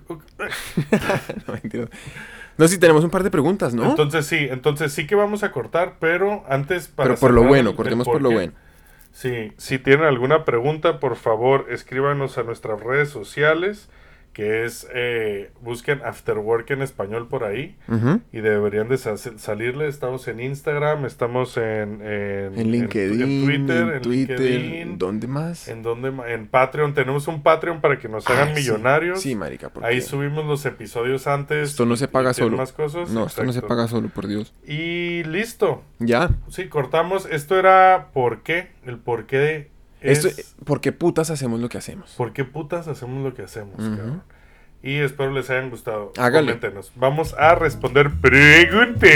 Speaker 3: No, mentira. No, sí, tenemos un par de preguntas, ¿no?
Speaker 2: Entonces sí, entonces sí que vamos a cortar, pero antes para...
Speaker 3: Pero por lo bueno, el, cortemos el por lo bueno.
Speaker 2: Sí, si tienen alguna pregunta, por favor, escríbanos a nuestras redes sociales, que es, eh, busquen After Work en español por ahí, uh-huh. y deberían de sa- salirle. Estamos en Instagram, estamos en... En,
Speaker 3: en LinkedIn,
Speaker 2: en, en Twitter,
Speaker 3: en,
Speaker 2: en
Speaker 3: Twitter,
Speaker 2: LinkedIn.
Speaker 3: ¿Dónde más?
Speaker 2: En, donde, en Patreon, tenemos un Patreon para que nos hagan
Speaker 3: Ay,
Speaker 2: millonarios.
Speaker 3: Sí, sí marica, ¿por
Speaker 2: Ahí
Speaker 3: qué?
Speaker 2: subimos los episodios antes.
Speaker 3: Esto no se paga solo.
Speaker 2: Más cosas.
Speaker 3: No,
Speaker 2: Exacto.
Speaker 3: esto no se paga solo, por Dios.
Speaker 2: Y listo.
Speaker 3: Ya.
Speaker 2: Sí, cortamos. Esto era por qué, el por qué de...
Speaker 3: Es, Esto, ¿por qué putas hacemos lo que hacemos?
Speaker 2: ¿Por qué putas hacemos lo que hacemos, uh-huh. cabrón? Y espero les hayan gustado.
Speaker 3: Hágale.
Speaker 2: Coméntenos. Vamos a responder preguntas.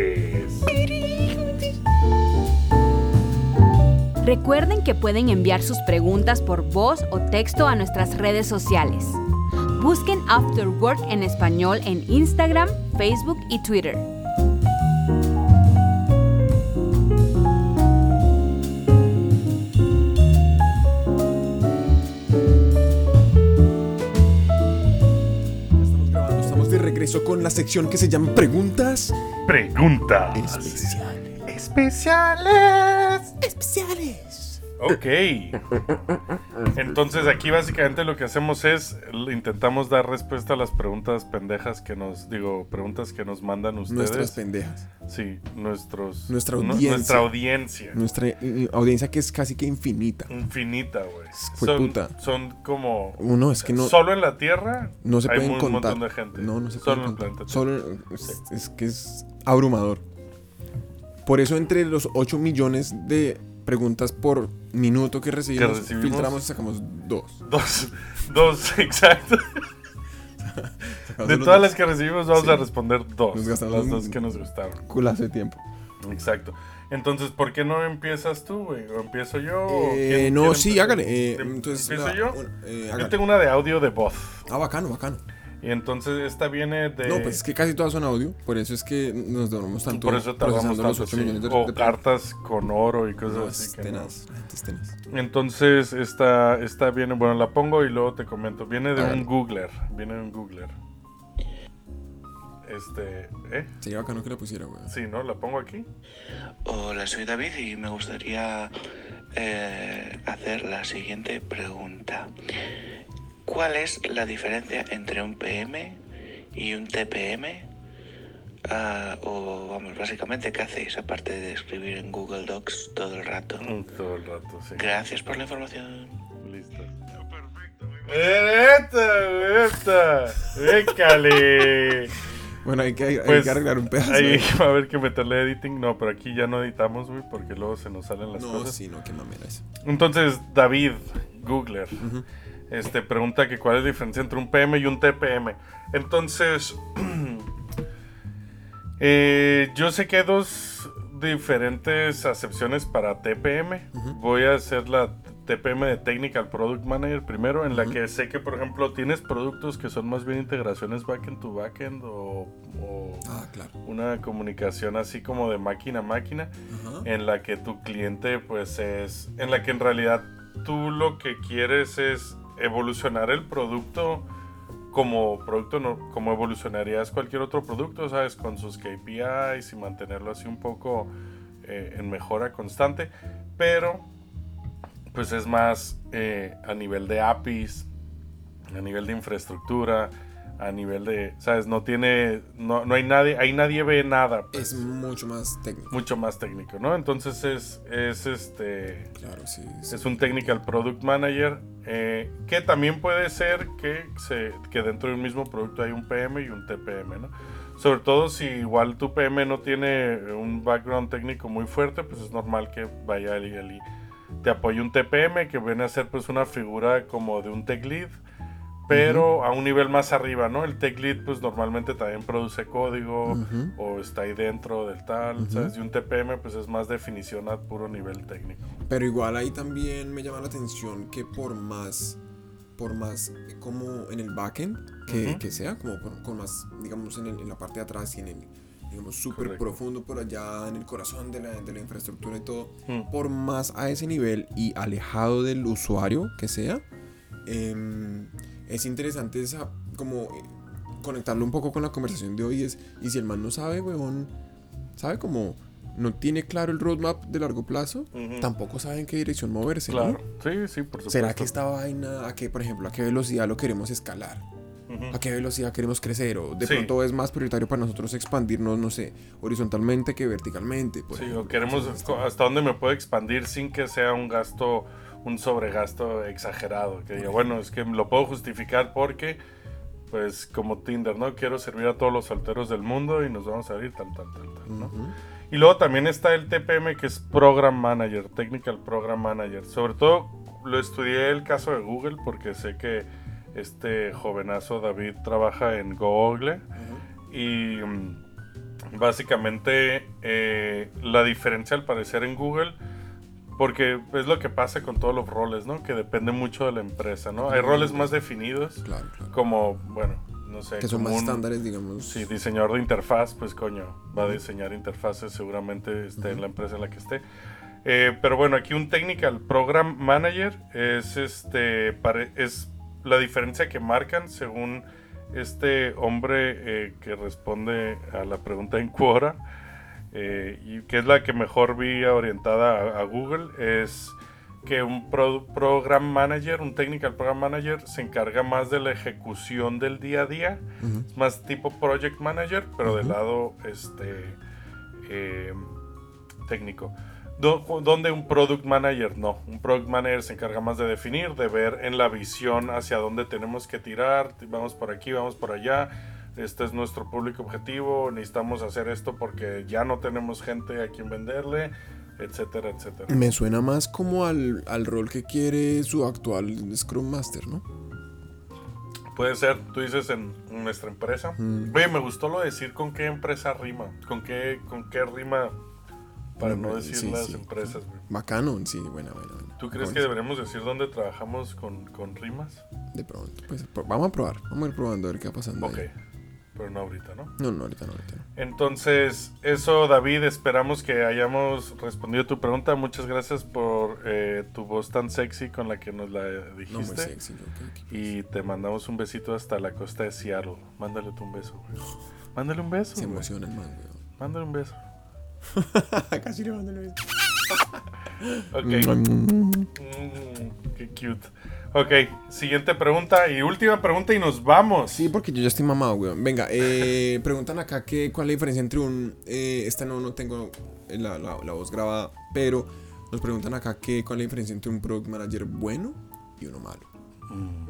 Speaker 1: Recuerden que pueden enviar sus preguntas por voz o texto a nuestras redes sociales. Busquen After Work en español en Instagram, Facebook y Twitter.
Speaker 3: Regreso con la sección que se llama Preguntas.
Speaker 2: Preguntas.
Speaker 3: Especiales.
Speaker 2: Especiales.
Speaker 3: Especiales.
Speaker 2: Ok. Entonces aquí básicamente lo que hacemos es intentamos dar respuesta a las preguntas pendejas que nos, digo, preguntas que nos mandan ustedes.
Speaker 3: Nuestras pendejas.
Speaker 2: Sí, nuestros...
Speaker 3: Nuestra audiencia.
Speaker 2: Nuestra audiencia.
Speaker 3: Nuestra uh, audiencia que es casi que infinita.
Speaker 2: Infinita, güey.
Speaker 3: Son, puta.
Speaker 2: son como...
Speaker 3: Uno, es que no...
Speaker 2: Solo en la Tierra
Speaker 3: no se
Speaker 2: hay
Speaker 3: pueden
Speaker 2: un
Speaker 3: contar.
Speaker 2: montón de gente.
Speaker 3: No, no se
Speaker 2: Solo
Speaker 3: pueden
Speaker 2: en el
Speaker 3: contar.
Speaker 2: planeta.
Speaker 3: Solo es, es que es abrumador. Por eso entre los ocho millones de preguntas por minuto que recibimos,
Speaker 2: que recibimos
Speaker 3: filtramos y sacamos dos.
Speaker 2: Dos, dos, exacto. De todas dos. Las que recibimos vamos sí. a responder dos. Las dos que nos gustaron.
Speaker 3: Culazo de tiempo.
Speaker 2: Exacto. Entonces, ¿por qué no empiezas tú, güey? ¿O empiezo yo?
Speaker 3: Eh, no, sí, hágale. Eh, entonces,
Speaker 2: ¿Empiezo
Speaker 3: la,
Speaker 2: yo?
Speaker 3: Una, eh,
Speaker 2: yo tengo una de audio de voz.
Speaker 3: Ah, bacano, bacano.
Speaker 2: Y entonces esta viene de...
Speaker 3: No, pues es que casi todas son audio. Por eso es que nos demoramos tanto.
Speaker 2: Por eso tardamos tanto, sí. de, O de cartas con oro y cosas
Speaker 3: no,
Speaker 2: así. Que
Speaker 3: tenaz, no. tenaz.
Speaker 2: Entonces, esta, esta viene... Bueno, la pongo y luego te comento. Viene de Hágale. un Googler. Viene de un Googler. Este... ¿Eh?
Speaker 3: Sería bacano que la pusiera, güey.
Speaker 2: Sí, ¿no? La pongo aquí.
Speaker 5: Hola, soy David y me gustaría eh, hacer la siguiente pregunta. ¿Cuál es la diferencia entre un P M y un T P M? Ah, o vamos, básicamente, ¿qué hacéis aparte de escribir en Google Docs todo el rato?
Speaker 2: Todo el rato, sí.
Speaker 5: Gracias por la información.
Speaker 2: Listo. Perfecto. ¡Esta, esta! ¡Écale!
Speaker 3: Bueno, hay que, hay
Speaker 2: Pues,
Speaker 3: que arreglar un pedazo.
Speaker 2: Ahí
Speaker 3: ¿eh?
Speaker 2: va a haber que meterle editing. No, pero aquí ya no editamos, güey, porque luego se nos salen las
Speaker 3: No,
Speaker 2: cosas.
Speaker 3: sí, no, qué mamera eso.
Speaker 2: Entonces, David, Googler,
Speaker 3: Ujú.
Speaker 2: este, pregunta que cuál es la diferencia entre un P M y un T P M. Entonces, eh, yo sé que hay dos diferentes acepciones para T P M.
Speaker 3: Ujú.
Speaker 2: Voy a hacer la T P M de Technical Product Manager primero, en la
Speaker 3: Ujú.
Speaker 2: que sé que, por ejemplo, tienes productos que son más bien integraciones backend to backend o, o
Speaker 3: Ah, claro.
Speaker 2: una comunicación así como de máquina a máquina,
Speaker 3: Ajá.
Speaker 2: en la que tu cliente pues es, en la que en realidad tú lo que quieres es evolucionar el producto como producto, no, como evolucionarías cualquier otro producto, ¿sabes? Con sus K P Is y mantenerlo así un poco eh, en mejora constante, pero pues es más eh, a nivel de A P Is, a nivel de infraestructura, a nivel de, ¿sabes? No tiene, no, no hay nadie, ahí nadie ve nada. Pues,
Speaker 3: Es mucho más técnico.
Speaker 2: mucho más técnico, ¿no? Entonces es, es este,
Speaker 3: Claro, sí. sí.
Speaker 2: es un Technical Product Manager, eh, que también puede ser que, se, que dentro de un mismo producto hay un P M y un T P M, ¿no? Sobre todo si igual tu P M no tiene un background técnico muy fuerte, pues es normal que vaya y, y te apoye un T P M, que viene a ser pues una figura como de un Tech Lead, pero uh-huh. a un nivel más arriba, ¿no? El Tech Lead pues normalmente también produce código, uh-huh. o está ahí dentro del tal, uh-huh. ¿sabes? Y un T P M pues es más definición a puro nivel técnico.
Speaker 3: Pero igual ahí también me llama la atención que por más, por más como en el backend que, uh-huh. que sea, como por, con más, digamos, en, el, en la parte de atrás y en el, digamos, súper profundo por allá en el corazón de la, de la infraestructura y todo, uh-huh. por más a ese nivel y alejado del usuario que sea, eh, es interesante esa, como eh, conectarlo un poco con la conversación de hoy. Es, y si el man no sabe, weón, sabe como no tiene claro el roadmap de largo plazo, uh-huh. tampoco sabe en qué dirección moverse,
Speaker 2: claro.
Speaker 3: ¿no?
Speaker 2: Sí, sí, por supuesto.
Speaker 3: ¿Será que esta vaina, a qué, por ejemplo, a qué velocidad lo queremos escalar? Uh-huh. ¿A qué velocidad queremos crecer? O de sí. pronto es más prioritario para nosotros expandirnos, no sé, horizontalmente que verticalmente.
Speaker 2: Por sí,
Speaker 3: ejemplo.
Speaker 2: o queremos Entonces, hasta dónde me puedo expandir sin que sea un gasto, un sobregasto exagerado. Que diga, bueno, es que lo puedo justificar porque, pues, como Tinder, ¿no? Quiero servir a todos los solteros del mundo y nos vamos a ir tal, tal, tal, tal, ¿no? Uh-huh. Y luego también está el T P M, que es Program Manager, Technical Program Manager. Sobre todo lo estudié el caso de Google porque sé que este jovenazo David trabaja en Google, uh-huh. y um, básicamente eh, la diferencia al parecer en Google, porque es lo que pasa con todos los roles, ¿no? Que depende mucho de la empresa, ¿no? Uh-huh. Hay roles más definidos,
Speaker 3: claro, claro.
Speaker 2: como, bueno, no sé,
Speaker 3: que son más
Speaker 2: un,
Speaker 3: estándares, digamos.
Speaker 2: Sí, diseñador de interfaz, pues coño, va a diseñar interfaces, seguramente esté uh-huh. en la empresa en la que esté. Eh, pero bueno, aquí un Technical Program Manager es este, pare, es la diferencia que marcan según este hombre eh, que responde a la pregunta en Quora, eh, y que es la que mejor vi orientada a, a Google, es que un pro, Program Manager, un Technical Program Manager se encarga más de la ejecución del día a día, uh-huh. es más tipo Project Manager, pero uh-huh. del lado este, eh, técnico. Donde un Product Manager no. Un Product Manager se encarga más de definir, de ver en la visión hacia dónde tenemos que tirar. Vamos por aquí, vamos por allá. Este es nuestro público objetivo. Necesitamos hacer esto porque ya no tenemos gente a quien venderle, etcétera, etcétera.
Speaker 3: Me suena más como al, al rol que quiere su actual Scrum Master, ¿no?
Speaker 2: Puede ser, tú dices en nuestra empresa. Mm. Oye, me gustó lo de decir con qué empresa rima. ¿Con qué, con qué rima? Para no decir sí, las sí. empresas, güey.
Speaker 3: Bacano, sí, buena, buena, buena.
Speaker 2: ¿Tú crees que deberíamos decir dónde trabajamos con, con rimas?
Speaker 3: De pronto, pues vamos a probar, vamos a ir probando a ver qué va pasando.
Speaker 2: Ok,
Speaker 3: ahí.
Speaker 2: Pero no ahorita, ¿no?
Speaker 3: No, no, ahorita no, ahorita no.
Speaker 2: Entonces, eso, David, esperamos que hayamos respondido a tu pregunta. Muchas gracias por eh, tu voz tan sexy con la que nos la dijiste.
Speaker 3: No, muy sexy, okay, okay.
Speaker 2: Y te mandamos un besito hasta la costa de Seattle. Mándale tu un beso, güey. Mándale un beso,
Speaker 3: Se
Speaker 2: güey.
Speaker 3: emociona el man, güey.
Speaker 2: Mándale un beso.
Speaker 3: Casi le mando el beso.
Speaker 2: Ok. Mm. Qué cute. Ok, siguiente pregunta y última pregunta y nos vamos.
Speaker 3: Sí, porque yo ya estoy mamado, weón. Venga, eh, preguntan acá que, cuál es la diferencia entre un... Eh, esta no, no tengo la, la, la voz grabada, pero nos preguntan acá que, cuál es la diferencia entre un product manager bueno y uno malo.
Speaker 2: Mm.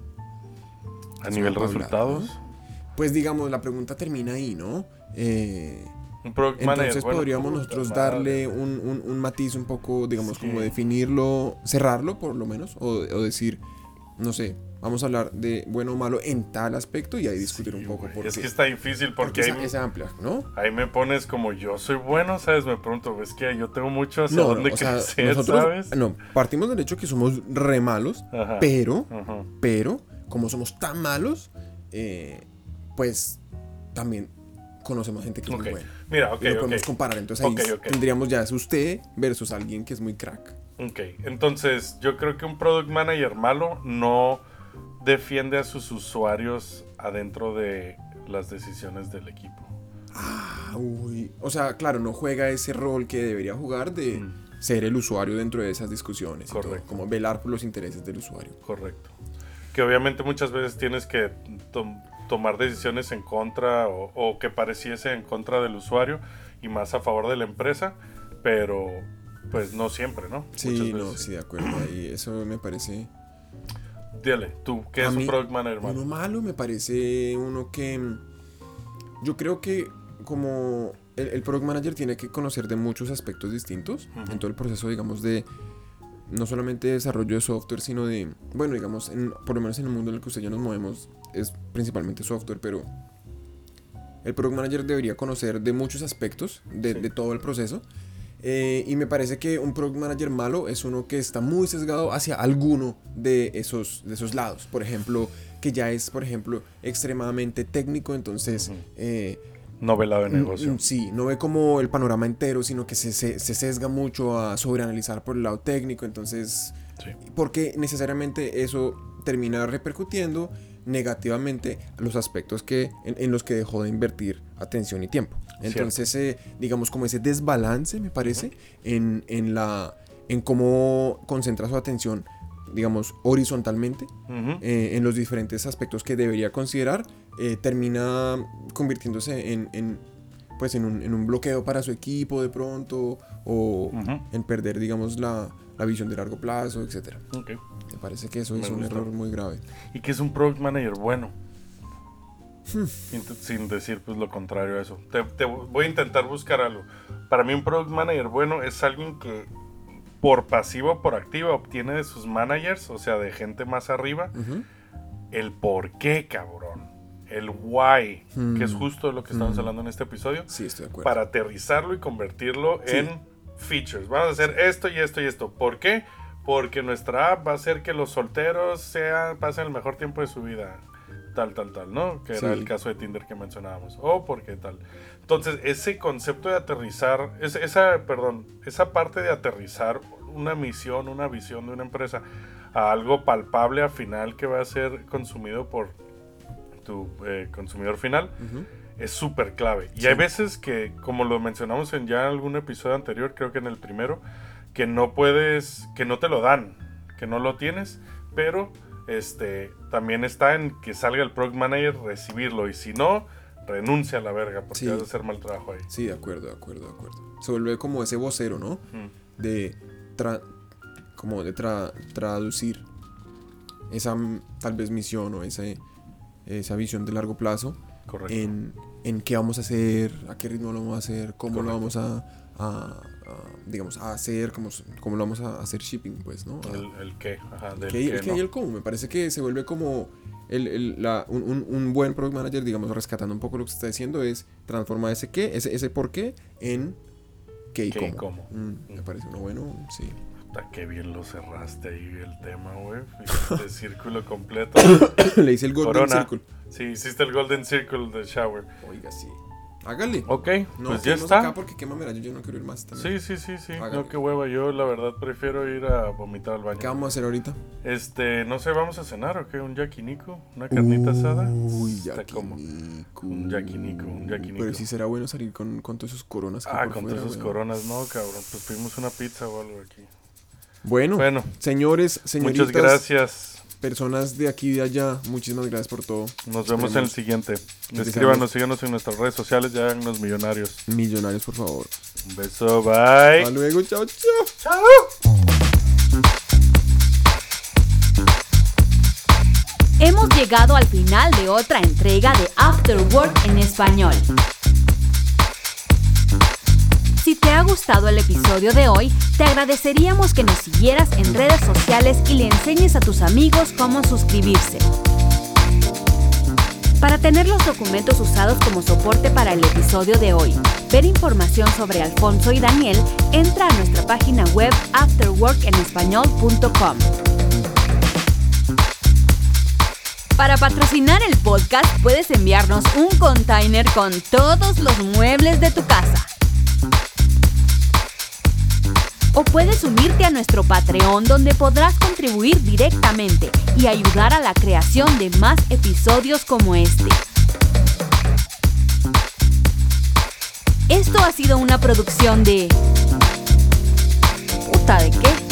Speaker 2: A
Speaker 3: Es
Speaker 2: nivel
Speaker 3: una
Speaker 2: resultados.
Speaker 3: Paula, ¿no? Pues digamos, la pregunta termina ahí, ¿no? Eh,
Speaker 2: Un product manager,
Speaker 3: entonces
Speaker 2: bueno,
Speaker 3: podríamos
Speaker 2: puta
Speaker 3: nosotros
Speaker 2: madre.
Speaker 3: darle un, un, un matiz un poco, digamos,
Speaker 2: Sí.
Speaker 3: como definirlo, cerrarlo por lo menos, o, o decir, no sé, vamos a hablar de bueno o malo en tal aspecto y ahí discutir
Speaker 2: Sí,
Speaker 3: un poco.
Speaker 2: güey.
Speaker 3: Porque,
Speaker 2: Es que está difícil porque,
Speaker 3: porque
Speaker 2: ahí,
Speaker 3: es, es amplia, ¿no?
Speaker 2: ahí me pones como yo soy bueno, ¿sabes? Me pregunto, es que yo tengo mucho hacia
Speaker 3: No, no,
Speaker 2: dónde
Speaker 3: o sea,
Speaker 2: crecer,
Speaker 3: nosotros,
Speaker 2: ¿sabes?
Speaker 3: no, partimos del hecho que somos re malos,
Speaker 2: Ajá.
Speaker 3: pero,
Speaker 2: Ajá.
Speaker 3: pero, como somos tan malos, eh, pues también conocemos gente que es
Speaker 2: Ok.
Speaker 3: muy buena.
Speaker 2: Mira, ok,
Speaker 3: y lo
Speaker 2: ok.
Speaker 3: podemos comparar, entonces ahí
Speaker 2: Ok, ok.
Speaker 3: tendríamos ya es usted versus alguien que es muy crack.
Speaker 2: Ok, entonces yo creo que un product manager malo no defiende a sus usuarios adentro de las decisiones del equipo.
Speaker 3: Ah, uy. O sea, claro, no juega ese rol que debería jugar de
Speaker 2: Mm.
Speaker 3: ser el usuario dentro de esas discusiones. Y todo,
Speaker 2: Correcto.
Speaker 3: como velar por los intereses del usuario.
Speaker 2: Correcto. Que obviamente muchas veces tienes que tom- tomar decisiones en contra o, o que pareciese en contra del usuario y más a favor de la empresa, pero pues no siempre, ¿no?
Speaker 3: Sí,
Speaker 2: Muchas
Speaker 3: no,
Speaker 2: veces
Speaker 3: sí, de acuerdo. Ahí eso me parece.
Speaker 2: Dile, tú, ¿qué
Speaker 3: A
Speaker 2: es un
Speaker 3: mí,
Speaker 2: product manager malo?
Speaker 3: Uno malo me parece uno que. mm, Yo creo que como el, el product manager tiene que conocer de muchos aspectos distintos
Speaker 2: Ujú.
Speaker 3: en todo el proceso, digamos, de no solamente de desarrollo de software, sino de, bueno, digamos, en- por lo menos en el mundo en el que usted y yo nos movemos, es principalmente software, pero el product manager debería conocer de muchos aspectos de,
Speaker 2: Sí.
Speaker 3: de todo el proceso. Eh, y me parece que un product manager malo es uno que está muy sesgado hacia alguno de esos, de esos lados. Por ejemplo, que ya es, por ejemplo, extremadamente técnico, entonces...
Speaker 2: Ujú.
Speaker 3: eh,
Speaker 2: Novelado de negocio.
Speaker 3: Mm, Sí, no ve como el panorama entero, sino que se, se, se sesga mucho a sobreanalizar por el lado técnico, entonces,
Speaker 2: Sí.
Speaker 3: porque necesariamente eso termina repercutiendo negativamente los aspectos que, en, en los que dejó de invertir atención y tiempo. Entonces, eh, digamos, como ese desbalance, me parece, en, en, la, en cómo concentra su atención, digamos, horizontalmente,
Speaker 2: Ujú.
Speaker 3: eh, en los diferentes aspectos que debería considerar, eh, termina convirtiéndose en, en, pues en, un, en un bloqueo para su equipo de pronto, o
Speaker 2: Ujú.
Speaker 3: en perder, digamos, la, la visión de largo plazo, etcétera.
Speaker 2: Ok.
Speaker 3: Me parece que eso
Speaker 2: Me
Speaker 3: es un
Speaker 2: gusta.
Speaker 3: error muy grave.
Speaker 2: ¿Y qué es un product manager bueno?
Speaker 3: Hmm.
Speaker 2: Int- Sin decir pues lo contrario a eso. Te, te voy a intentar buscar algo. Para mí un product manager bueno es alguien que por pasivo o por activa obtiene de sus managers, o sea, de gente más arriba,
Speaker 3: Ujú.
Speaker 2: el por qué, cabrón. El why,
Speaker 3: Hmm.
Speaker 2: que es justo lo que estamos
Speaker 3: Hmm.
Speaker 2: hablando en este episodio,
Speaker 3: Sí, estoy de acuerdo.
Speaker 2: para aterrizarlo y convertirlo
Speaker 3: Sí.
Speaker 2: en features. Vamos a hacer esto y esto y esto. ¿Por qué? Porque nuestra app va a hacer que los solteros sean, pasen el mejor tiempo de su vida. Tal, tal, tal, ¿no? Que era
Speaker 3: Sí.
Speaker 2: el caso de Tinder que mencionábamos. O porque tal. Entonces, ese concepto de aterrizar, es- esa, perdón, esa parte de aterrizar una misión, una visión de una empresa a algo palpable al final que va a ser consumido por tu eh, consumidor final,
Speaker 3: Ujú.
Speaker 2: es súper clave. Y
Speaker 3: Sí.
Speaker 2: hay veces que, como lo mencionamos en ya algún episodio anterior, creo que en el primero, que no puedes, que no te lo dan, que no lo tienes, pero este también está en que salga el product manager recibirlo, y si no, renuncia a la verga, porque
Speaker 3: Sí.
Speaker 2: vas a hacer mal trabajo ahí.
Speaker 3: Sí, de acuerdo, de acuerdo, de acuerdo. Se vuelve como ese vocero, ¿no?
Speaker 2: Mm,
Speaker 3: De tra- como de tra- traducir esa mm, tal vez misión o ese, esa visión de largo plazo
Speaker 2: correcto.
Speaker 3: en, en qué vamos a hacer, a qué ritmo lo vamos a hacer, cómo lo
Speaker 2: Correcto.
Speaker 3: vamos a, a- a, digamos, a hacer, cómo, s- cómo lo vamos a hacer shipping, pues, ¿no? A-
Speaker 2: el, el qué, ajá, del
Speaker 3: que hay-
Speaker 2: qué
Speaker 3: el qué
Speaker 2: no.
Speaker 3: y el cómo. Me parece que se vuelve como el, el- la- un, un- un buen product manager, digamos, rescatando un poco lo que se está diciendo, es transformar ese qué, ese, ese por qué en qué y
Speaker 2: Qué y
Speaker 3: cómo.
Speaker 2: cómo.
Speaker 3: Mm, me parece uno bueno, sí.
Speaker 2: Puta, qué bien lo cerraste ahí el tema, güey. Hiciste círculo completo.
Speaker 3: Le hice el Golden
Speaker 2: Corona.
Speaker 3: Circle.
Speaker 2: Sí, hiciste el Golden Circle de Shower.
Speaker 3: Oiga, sí. Hágale.
Speaker 2: Ok,
Speaker 3: No,
Speaker 2: pues ya
Speaker 3: quedemos
Speaker 2: está.
Speaker 3: acá porque qué mamera, yo ya no quiero ir más también.
Speaker 2: Sí, sí, sí, sí.
Speaker 3: Hágale.
Speaker 2: No, qué hueva. Yo, la verdad, prefiero ir a vomitar al baño.
Speaker 3: ¿Qué vamos a hacer ahorita?
Speaker 2: Este, no sé, ¿vamos a cenar o qué? ¿Un yakinico? ¿Una carnita asada?
Speaker 3: Uy,
Speaker 2: Está como-
Speaker 3: yakiniku.
Speaker 2: Un yakinico, un yakinico.
Speaker 3: Pero sí será bueno salir con, con todos esos coronas que
Speaker 2: Ah,
Speaker 3: por
Speaker 2: con
Speaker 3: fuera,
Speaker 2: todas esas
Speaker 3: weón.
Speaker 2: coronas, no, cabrón. Pues pedimos una pizza o algo aquí.
Speaker 3: Bueno,
Speaker 2: Bueno,
Speaker 3: señores, señoritas,
Speaker 2: muchas gracias.
Speaker 3: personas de aquí y de allá, muchísimas gracias por todo.
Speaker 2: Nos vemos en el
Speaker 3: Esperemos
Speaker 2: siguiente.
Speaker 3: Deseamos-
Speaker 2: Escríbanos, síganos en nuestras redes sociales, ya háganos millonarios.
Speaker 3: Millonarios, por favor.
Speaker 2: Un beso, bye.
Speaker 3: Hasta luego, chao, chao.
Speaker 2: Chao.
Speaker 1: Hemos llegado al final de otra entrega de After Work en español. Si te ha gustado el episodio de hoy, te agradeceríamos que nos siguieras en redes sociales y le enseñes a tus amigos cómo suscribirse. Para tener los documentos usados como soporte para el episodio de hoy, ver información sobre Alfonso y Daniel, entra a nuestra página web after work en español punto com. Para patrocinar el podcast, puedes enviarnos un container con todos los muebles de tu casa. O puedes unirte a nuestro Patreon, donde podrás contribuir directamente y ayudar a la creación de más episodios como este. Esto ha sido una producción de... ¿Puta de qué?